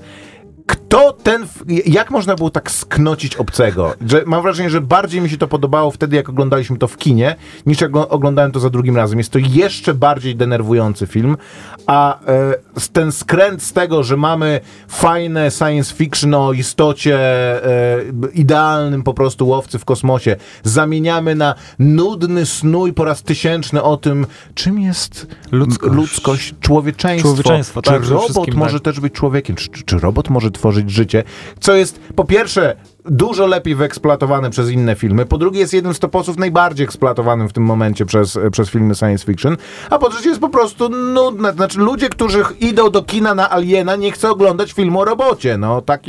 jak można było tak sknocić Obcego? Że mam wrażenie, że bardziej mi się to podobało wtedy, jak oglądaliśmy to w kinie, niż jak oglądałem to za drugim razem. Jest to jeszcze bardziej denerwujący film, a ten skręt z tego, że mamy fajne science fiction o istocie idealnym po prostu łowcy w kosmosie, zamieniamy na nudny snój po raz 1000 o tym, czym jest ludzkość, człowieczeństwo. Tak, czy robot może też być człowiekiem? Czy robot może tworzyć życie? Co jest, po pierwsze, dużo lepiej wyeksploatowane przez inne filmy. Po drugie, jest jednym z toposów najbardziej eksploatowanym w tym momencie przez filmy science fiction. A po trzecie, jest po prostu nudne. Znaczy, ludzie, którzy idą do kina na Aliena, nie chcą oglądać filmu o robocie. No, taki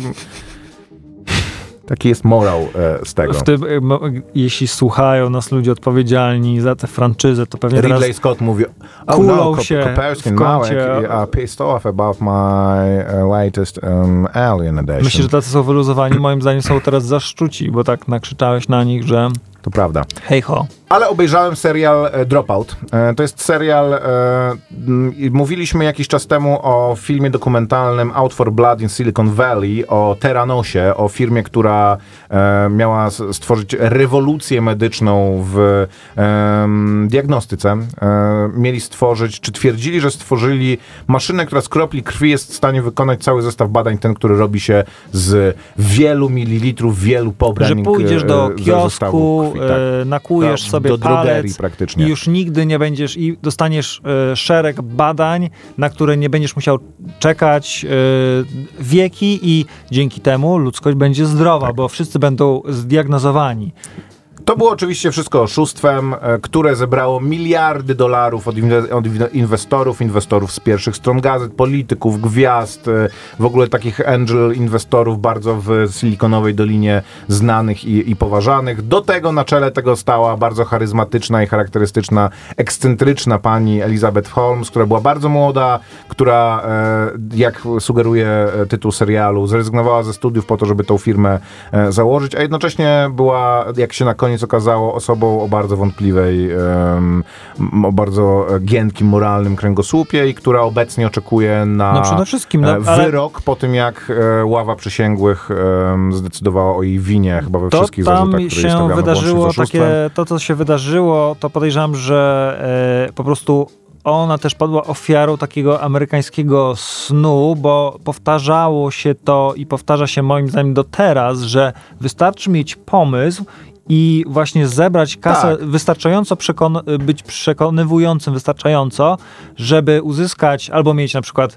jest morał z tego. Jeśli słuchają nas ludzie odpowiedzialni za tę franczyzę, to pewnie Ridley teraz Scott mówi, kulą się Kopersky w kącie. pissed off about my latest Alien edition. Myślę, że tacy są wyluzowani. Moim zdaniem są teraz zaszczuci, bo tak nakrzyczałeś na nich, że... To prawda. Hej ho. Ale obejrzałem serial Dropout. To jest serial, mówiliśmy jakiś czas temu o filmie dokumentalnym Out for Blood in Silicon Valley, o Teranosie, o firmie, która miała stworzyć rewolucję medyczną w diagnostyce. Mieli stworzyć, czy twierdzili, że stworzyli maszynę, która z kropli krwi jest w stanie wykonać cały zestaw badań, ten, który robi się z wielu mililitrów, wielu pobrań. Że pójdziesz do kiosku, nakujesz sobie do drogerii palec praktycznie. I już nigdy nie będziesz i dostaniesz szereg badań, na które nie będziesz musiał czekać wieki i dzięki temu ludzkość będzie zdrowa, bo wszyscy będą zdiagnozowani. To było oczywiście wszystko oszustwem, które zebrało miliardy dolarów od inwestorów z pierwszych stron gazet, polityków, gwiazd, w ogóle takich angel inwestorów bardzo w Silikonowej Dolinie znanych i poważanych. Do tego na czele tego stała bardzo charyzmatyczna i charakterystyczna, ekscentryczna pani Elizabeth Holmes, która była bardzo młoda, która, jak sugeruje tytuł serialu, zrezygnowała ze studiów po to, żeby tą firmę założyć, a jednocześnie była, jak się na koniec okazało, osobą o bardzo wątpliwej, o bardzo giętkim, moralnym kręgosłupie i która obecnie oczekuje na przede wszystkim, wyrok po tym, jak ława przysięgłych zdecydowała o jej winie chyba we wszystkich zarzutach, które się wydarzyło to, co się wydarzyło, to podejrzewam, że po prostu ona też padła ofiarą takiego amerykańskiego snu, bo powtarzało się to i powtarza się moim zdaniem do teraz, że wystarczy mieć pomysł i właśnie zebrać kasę wystarczająco, być przekonywującym wystarczająco, żeby uzyskać albo mieć na przykład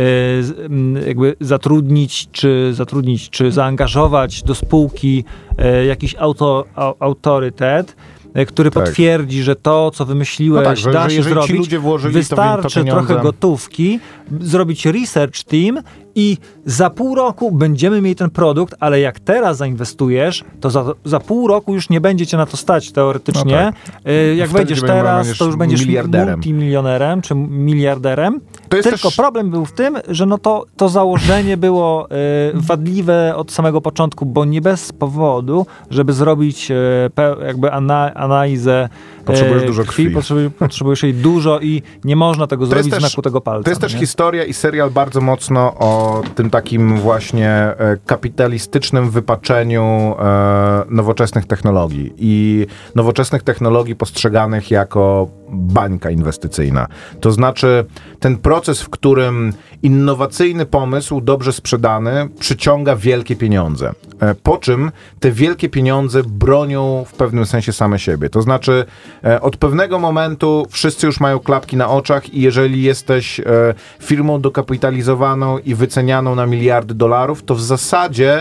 jakby zatrudnić, czy zaangażować do spółki jakiś autorytet, który potwierdzi, że to, co wymyśliłeś, da się zrobić. Wystarczy trochę gotówki, zrobić research team i za pół roku będziemy mieli ten produkt, ale jak teraz zainwestujesz, to za pół roku już nie będzie cię na to stać teoretycznie. Jak wejdziesz teraz, to już będziesz multimilionerem czy miliarderem. Tylko problem był w tym, że to założenie było wadliwe od samego początku, bo nie bez powodu, żeby zrobić jakby analizę potrzebujesz dużo krwi. Potrzebujesz jej dużo i nie można tego zrobić z nakutego palca. To jest też historia i serial bardzo mocno o tym takim właśnie kapitalistycznym wypaczeniu nowoczesnych technologii i nowoczesnych technologii postrzeganych jako bańka inwestycyjna. To znaczy ten proces, w którym innowacyjny pomysł, dobrze sprzedany, przyciąga wielkie pieniądze. po czym te wielkie pieniądze bronią w pewnym sensie same siebie. To znaczy od pewnego momentu wszyscy już mają klapki na oczach i jeżeli jesteś firmą dokapitalizowaną i wycenianą na miliardy dolarów, to w zasadzie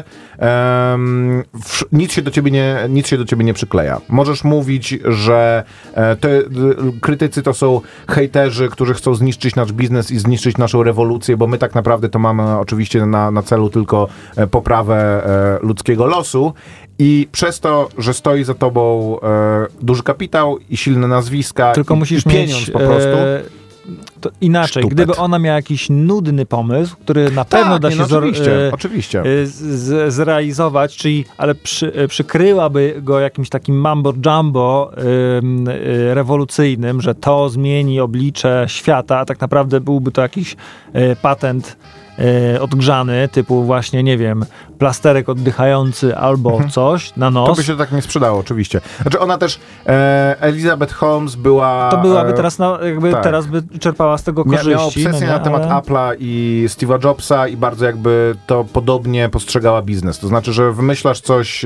nic się do ciebie nie przykleja. Możesz mówić, że krytycy to są hejterzy, którzy chcą zniszczyć nasz biznes i zniszczyć naszą rewolucję, bo my tak naprawdę to mamy oczywiście na celu tylko poprawę ludzkiego losu i przez to, że stoi za tobą duży kapitał i silne nazwiska tylko i musisz pieniądz mieć, po prostu. To inaczej, Sztupet. gdyby ona miała jakiś nudny pomysł, który na pewno da się oczywiście. zrealizować, czyli ale przykryłaby go jakimś takim mambo-jumbo rewolucyjnym, że to zmieni oblicze świata, a tak naprawdę byłby to jakiś patent odgrzany, typu właśnie, nie wiem, plasterek oddychający albo coś na nos. To by się tak nie sprzedało, oczywiście. Znaczy ona też, Elizabeth Holmes była... To byłaby teraz, tak. teraz by czerpała z tego korzyści. Miała obsesję na temat Apple'a i Steve'a Jobsa i bardzo jakby to podobnie postrzegała biznes. To znaczy, że wymyślasz coś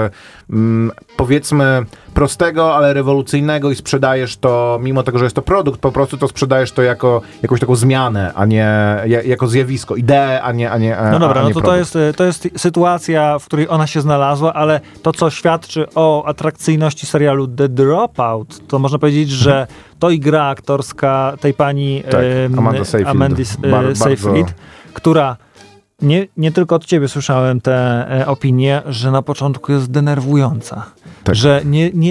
powiedzmy prostego, ale rewolucyjnego i sprzedajesz to, mimo tego, że jest to produkt, po prostu to sprzedajesz to jako jakąś taką zmianę, a nie jako zjawisko, ideę, a nie no dobra, a nie to jest sytuacja, w której ona się znalazła, ale to, co świadczy o atrakcyjności serialu The Dropout, to można powiedzieć, że to i gra aktorska tej pani Amandy Seyfried, która nie tylko od ciebie słyszałem te opinie, że na początku jest denerwująca. Tak. Że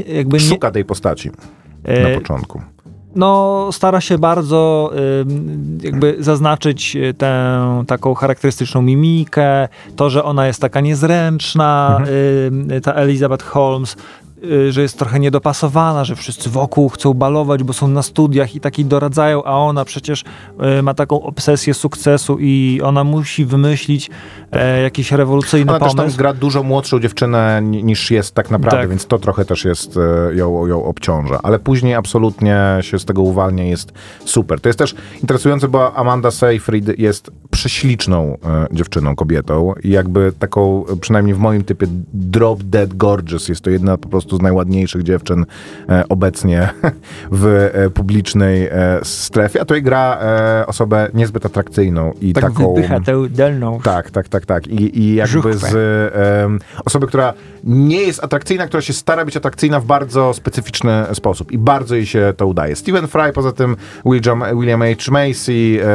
szuka tej postaci na początku. No, stara się bardzo jakby zaznaczyć tę taką charakterystyczną mimikę, to, że ona jest taka niezręczna, ta Elizabeth Holmes, że jest trochę niedopasowana, że wszyscy wokół chcą balować, bo są na studiach i taki doradzają, a ona przecież ma taką obsesję sukcesu i ona musi wymyślić jakiś rewolucyjny pomysł. Ona też tam gra dużo młodszą dziewczynę niż jest tak naprawdę, więc to trochę też jest ją obciąża. Ale później absolutnie się z tego uwalnia, jest super. To jest też interesujące, bo Amanda Seyfried jest prześliczną dziewczyną, kobietą i jakby taką, przynajmniej w moim typie, drop dead gorgeous. Jest to jedna po prostu z najładniejszych dziewczyn obecnie w publicznej strefie, a tutaj gra osobę niezbyt atrakcyjną i tak taką... wypycha tę delną. Tak. I jakby z osoby, która nie jest atrakcyjna, która się stara być atrakcyjna w bardzo specyficzny sposób i bardzo jej się to udaje. Stephen Fry, poza tym William H. Macy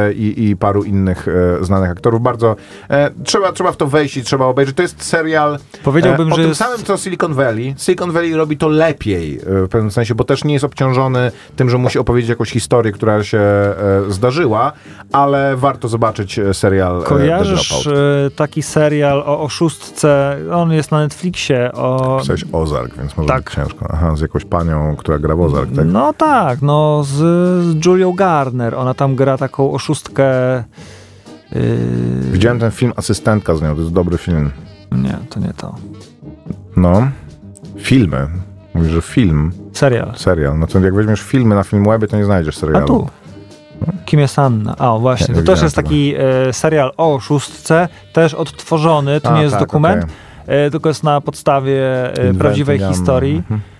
i paru innych znanych aktorów. Bardzo trzeba w to wejść i trzeba obejrzeć. To jest serial powiedziałbym, o że tym samym, co Silicon Valley. Silicon Valley robi to lepiej w pewnym sensie, bo też nie jest obciążony tym, że musi opowiedzieć jakąś historię, która się zdarzyła, ale warto zobaczyć serial Kojarzysz taki serial o oszustce, on jest na Netflixie. Pisałeś Ozark, więc może być ciężko. Aha, z jakąś panią, która gra w Ozark, tak? No tak, z Julią Garner. Ona tam gra taką oszustkę. Widziałem ten film Asystentka z nią, to jest dobry film. Nie, to nie to. No, filmy. Mówisz, że film. Serial. No to jak weźmiesz filmy na Filmwebie, to nie znajdziesz serialu. A tu? Kim jest Anna? A, właśnie. To też jest taki serial o oszustce, też odtworzony. To nie jest dokument, tylko jest na podstawie prawdziwej historii.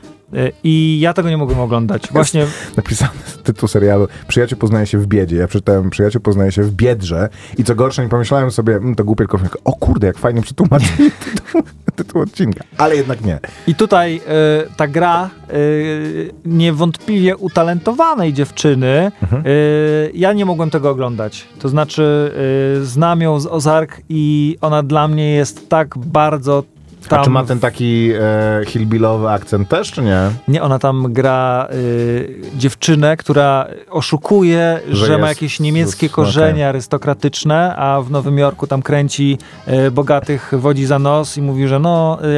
I ja tego nie mogłem oglądać. Właśnie napisany tytuł serialu Przyjaciel poznaje się w biedzie. Ja przeczytałem Przyjaciel poznaje się w biedrze i co gorsze, nie pomyślałem sobie, to głupie, tylko o kurde, jak fajnie przetłumaczyli tytuł odcinka. Ale jednak nie. I tutaj ta gra niewątpliwie utalentowanej dziewczyny, ja nie mogłem tego oglądać. To znaczy znam ją z Ozark i ona dla mnie jest tak bardzo tam... A czy ma ten taki hillbillowy akcent też, czy nie? Nie, ona tam gra dziewczynę, która oszukuje, że ma jakieś niemieckie korzenie arystokratyczne, a w Nowym Jorku tam kręci bogatych, wodzi za nos i mówi, że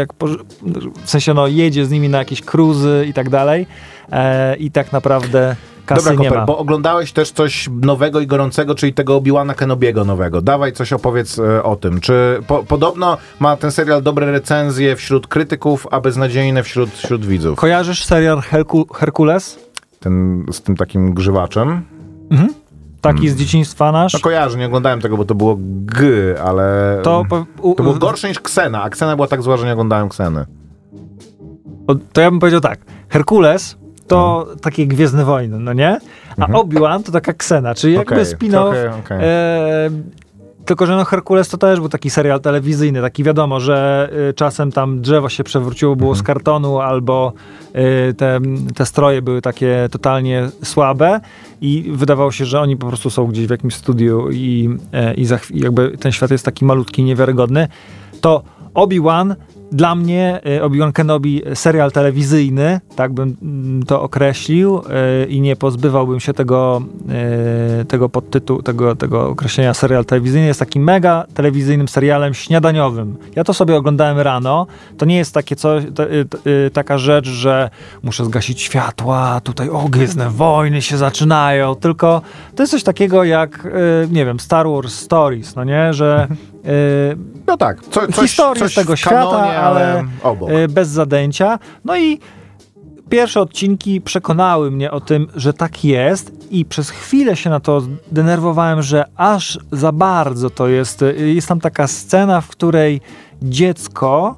w sensie jedzie z nimi na jakieś cruzy i tak dalej. I tak naprawdę kasy nie ma. Bo oglądałeś też coś nowego i gorącego, czyli tego Obi-Wana Kenobiego nowego. Dawaj coś opowiedz o tym. Czy podobno ma ten serial dobre recenzje wśród krytyków, a beznadziejne wśród widzów? Kojarzysz serial Herkules? Ten z tym takim grzywaczem? Taki z dzieciństwa nasz. No kojarzę, nie oglądałem tego, bo to było ale To było gorsze niż Ksena, a Ksena była tak zła, że nie oglądałem Kseny. To ja bym powiedział tak, Herkules to takie Gwiezdne Wojny, no nie? A Obi-Wan to taka Ksena, czyli jakby spin-off. Tylko, że no Herkules to też był taki serial telewizyjny, taki wiadomo, że czasem tam drzewo się przewróciło, było z kartonu, albo te stroje były takie totalnie słabe i wydawało się, że oni po prostu są gdzieś w jakimś studiu i jakby ten świat jest taki malutki, niewiarygodny. To Obi-Wan dla mnie, Obi-Wan Kenobi, serial telewizyjny, tak bym to określił, i nie pozbywałbym się tego podtytułu, tego określenia serial telewizyjny. Jest takim mega telewizyjnym serialem śniadaniowym. Ja to sobie oglądałem rano. To nie jest takie taka rzecz, że muszę zgasić światła, tutaj Gwiezdne Wojny się zaczynają, tylko to jest coś takiego jak, nie wiem, Star Wars Stories, no nie, że no tak, historię z tego świata, ale bez zadęcia. No i pierwsze odcinki przekonały mnie o tym, że tak jest i przez chwilę się na to denerwowałem, że aż za bardzo to jest. Jest tam taka scena, w której dziecko,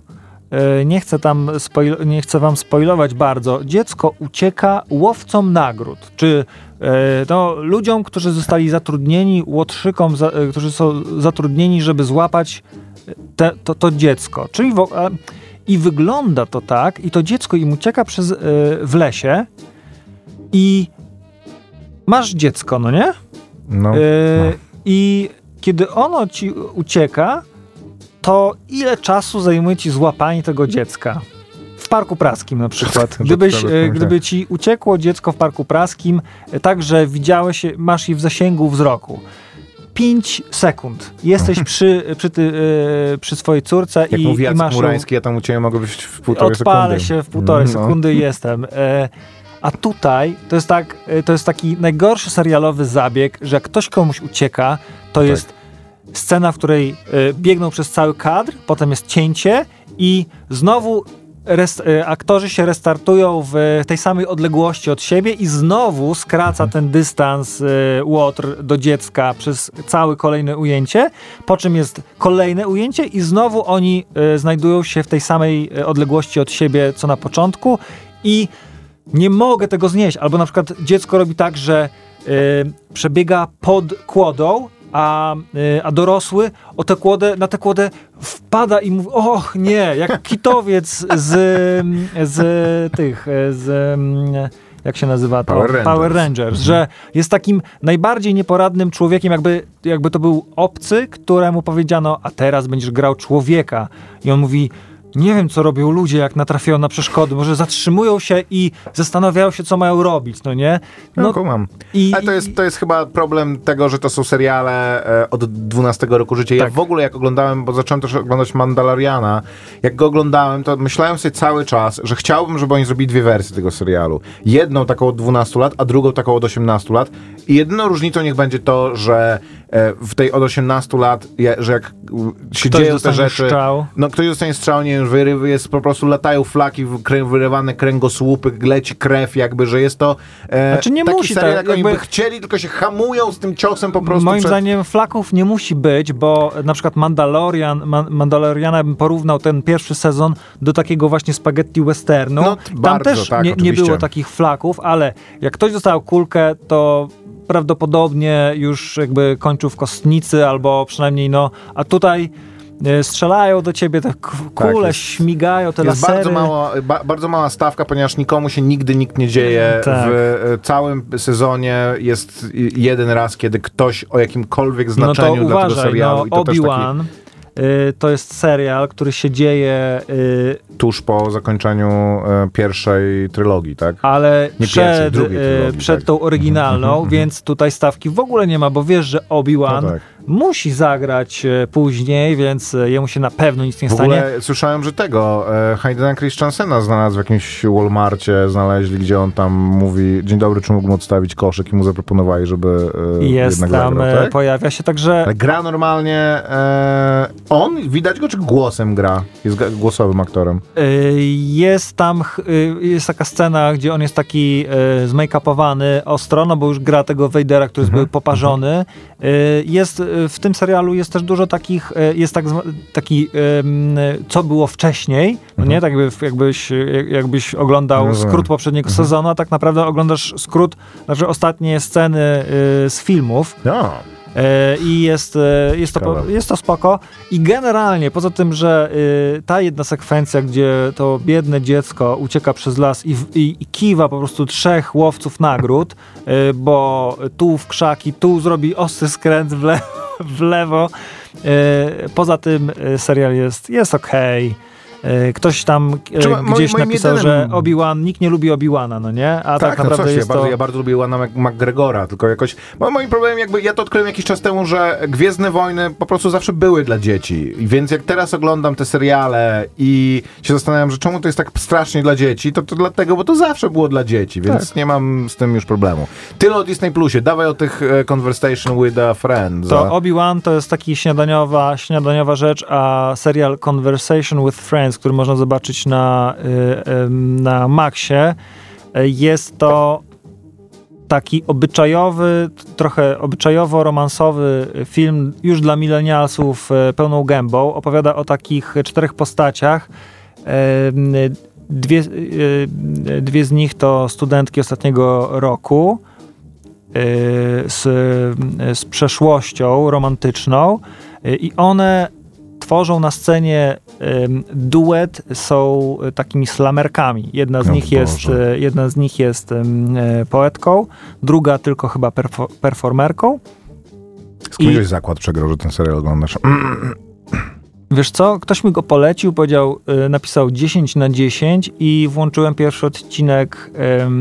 nie chcę wam spoilować bardzo, dziecko ucieka łowcom nagród, czy ludziom, którzy zostali zatrudnieni, łotrzykom, którzy są zatrudnieni, żeby złapać to dziecko. Czyli i wygląda to tak, i to dziecko im ucieka w lesie i masz dziecko, no nie? No. I kiedy ono ci ucieka, to ile czasu zajmuje ci złapanie tego dziecka? W Parku Praskim na przykład. Gdyby ci uciekło dziecko w Parku Praskim, tak, że widziałeś, masz je w zasięgu wzroku. 5 sekund. Jesteś przy swojej córce jak i mówi Jacek masz Murański, ja tam u ciebie mogę być w 1,5 sekundy. Odpalę się w 1,5 sekundy i jestem. A tutaj to jest taki najgorszy serialowy zabieg, że jak ktoś komuś ucieka, to jest scena, w której biegną przez cały kadr, potem jest cięcie i znowu aktorzy się restartują w tej samej odległości od siebie i znowu skraca ten dystans łotr do dziecka przez całe kolejne ujęcie, po czym jest kolejne ujęcie i znowu oni znajdują się w tej samej odległości od siebie, co na początku i nie mogę tego znieść. Albo na przykład dziecko robi tak, że przebiega pod kłodą, a dorosły na tę kłodę wpada i mówi, och nie, jak kitowiec jak się nazywa to? Power Rangers, że jest takim najbardziej nieporadnym człowiekiem, jakby to był obcy, któremu powiedziano, a teraz będziesz grał człowieka. I on mówi, nie wiem, co robią ludzie, jak natrafiają na przeszkody. Może zatrzymują się i zastanawiają się, co mają robić, no nie? Kumam. Ale to jest chyba problem tego, że to są seriale od 12 roku życia. Ja w ogóle jak oglądałem, bo zacząłem też oglądać Mandaloriana, jak go oglądałem, to myślałem sobie cały czas, że chciałbym, żeby oni zrobili 2 wersje tego serialu. Jedną taką od 12 lat, a drugą taką od 18 lat. I jedyną różnicą niech będzie to, że w tej od 18 lat, że jak się dzieją te rzeczy, ktoś dostanie strzał, nie wiem, jest po prostu latają flaki, wyrywane kręgosłupy, leci krew, jakby, że jest to nie taki musi serial, jak oni by chcieli, tylko się hamują z tym ciosem po prostu. Moim zdaniem flaków nie musi być, bo na przykład Mandaloriana bym porównał ten pierwszy sezon do takiego właśnie spaghetti westernu. Tam też nie było takich flaków, ale jak ktoś dostał kulkę, to prawdopodobnie już jakby kończył w kostnicy, albo przynajmniej a tutaj strzelają do ciebie te kule, śmigają te lasery. Jest bardzo mała stawka, ponieważ nikomu się nigdy nikt nie dzieje. W całym sezonie jest jeden raz, kiedy ktoś o jakimkolwiek znaczeniu dla tego serialu. I to Obi-Wan to jest serial, który się dzieje tuż po zakończeniu pierwszej trylogii, tak? Ale przed tą oryginalną, więc tutaj stawki w ogóle nie ma, bo wiesz, że Obi-Wan musi zagrać później, więc jemu się na pewno nic nie W stanie. ogóle słyszałem, że tego Haydena Christensena znalazł w jakimś Walmarcie, znaleźli, gdzie on tam mówi: dzień dobry, czy mógłbym odstawić koszyk, i mu zaproponowali, żeby Jest jednak tam, zagrał, tak? pojawia się, także... Ale gra normalnie, on? Widać go, czy głosem gra? Jest głosowym aktorem. Jest tam, jest taka scena, gdzie on jest taki zmake-upowany ostro, no bo już gra tego Vadera, który jest poparzony. Jest w tym serialu jest też dużo takich, jest taki co było wcześniej, no nie? Tak jakbyś oglądał skrót poprzedniego sezonu, a tak naprawdę oglądasz skrót, znaczy ostatnie sceny z filmów. No. I jest to spoko. I generalnie, poza tym, że ta jedna sekwencja, gdzie to biedne dziecko ucieka przez las i kiwa po prostu 3 łowców nagród, bo tu w krzaki, tu zrobi ostry skręt w lewo. Poza tym serial jest okej. Ktoś tam gdzieś napisał, że Obi-Wan, nikt nie lubi Obi-Wana, no nie? A tak naprawdę no jest ja bardzo lubię Wana McGregora, tylko jakoś... Moim problemem, ja to odkryłem jakiś czas temu, że Gwiezdne Wojny po prostu zawsze były dla dzieci. Więc jak teraz oglądam te seriale i się zastanawiam, że czemu to jest tak strasznie dla dzieci, to dlatego, bo to zawsze było dla dzieci, więc nie mam z tym już problemu. Tyle o Disney Plusie, dawaj o tych Conversation with a Friend. To Obi-Wan to jest taki śniadaniowa rzecz, a serial Conversation with Friends, który można zobaczyć na Maxie, jest to taki trochę obyczajowo-romansowy film już dla milenialsów pełną gębą. Opowiada o takich 4 postaciach. Dwie z nich to studentki ostatniego roku z przeszłością romantyczną i one tworzą na scenie duet, są takimi slamerkami. Jedna z nich jest poetką, druga tylko chyba performerką. Z kim żeś zakład przegrał, że ten serial oglądasz? Wiesz co? Ktoś mi go polecił, napisał 10/10 i włączyłem pierwszy odcinek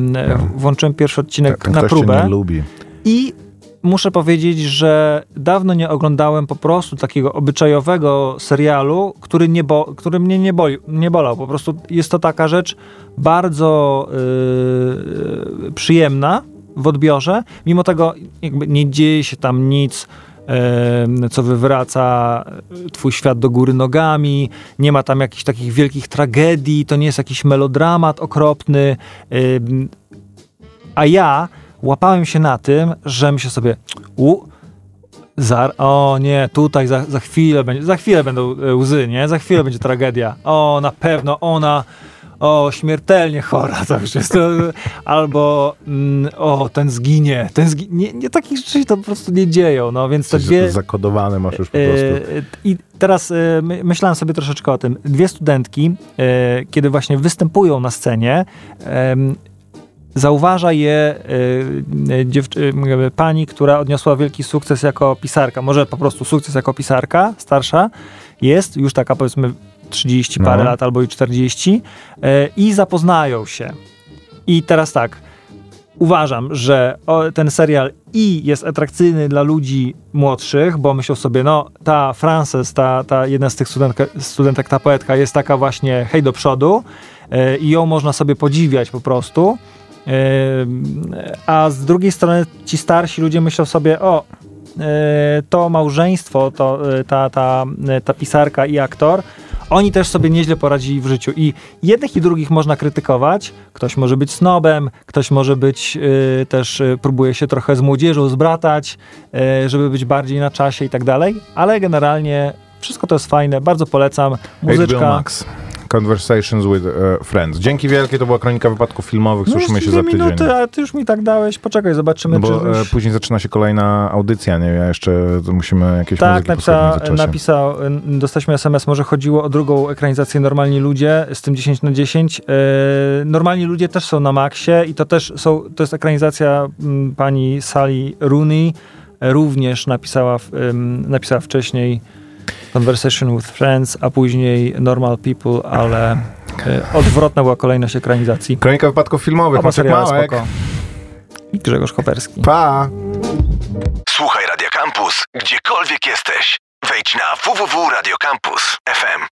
na próbę. Ktoś cię nie lubi. I muszę powiedzieć, że dawno nie oglądałem po prostu takiego obyczajowego serialu, który mnie nie bolał. Po prostu jest to taka rzecz bardzo przyjemna w odbiorze. Mimo tego jakby nie dzieje się tam nic, co wywraca twój świat do góry nogami. Nie ma tam jakichś takich wielkich tragedii. To nie jest jakiś melodramat okropny. A ja łapałem się na tym, że myślę sobie, o nie, tutaj za chwilę będą łzy, nie? Za chwilę będzie tragedia. O, na pewno ona, śmiertelnie chora to już jest. Albo, ten zginie. Nie, takich rzeczy to po prostu nie dzieją, no, więc te dwie... Zakodowane masz już po prostu. I teraz myślałem sobie troszeczkę o tym. 2 studentki, kiedy właśnie występują na scenie, zauważa je pani, która odniosła wielki sukces jako pisarka. Może po prostu sukces jako pisarka, starsza. Jest już taka, powiedzmy, 30 parę lat albo i 40 i zapoznają się. I teraz tak, uważam, że ten serial jest atrakcyjny dla ludzi młodszych, bo myślą sobie, ta Frances, ta jedna z tych studentek, ta poetka jest taka właśnie hej do przodu i ją można sobie podziwiać po prostu. A z drugiej strony ci starsi ludzie myślą sobie, to małżeństwo, ta pisarka i aktor, oni też sobie nieźle poradzili w życiu i jednych i drugich można krytykować. Ktoś może być snobem, ktoś może być też próbuje się trochę z młodzieżą zbratać, żeby być bardziej na czasie i tak dalej, ale generalnie wszystko to jest fajne, bardzo polecam. Muzyczka. HBO Max. Conversations with Friends. Dzięki wielkie, to była kronika wypadków filmowych. Słyszymy się za tydzień. Minuty, a ty już mi tak dałeś. Poczekaj, zobaczymy. Bo później zaczyna się kolejna audycja, nie? Ja jeszcze musimy jakieś muzyki napisał, dostaliśmy SMS, może chodziło o drugą ekranizację Normalni Ludzie z tym 10/10. Normalni Ludzie też są na Maxie i to jest ekranizacja pani Sally Rooney. Również napisała wcześniej Conversation with Friends, a później Normal People, ale odwrotna była kolejność ekranizacji. Kronika wypadków filmowych. Oba seriale spoko. I Grzegorz Koperski. Pa! Słuchaj Radia Campus. Campus, gdziekolwiek jesteś. Wejdź na www.radiocampus.fm.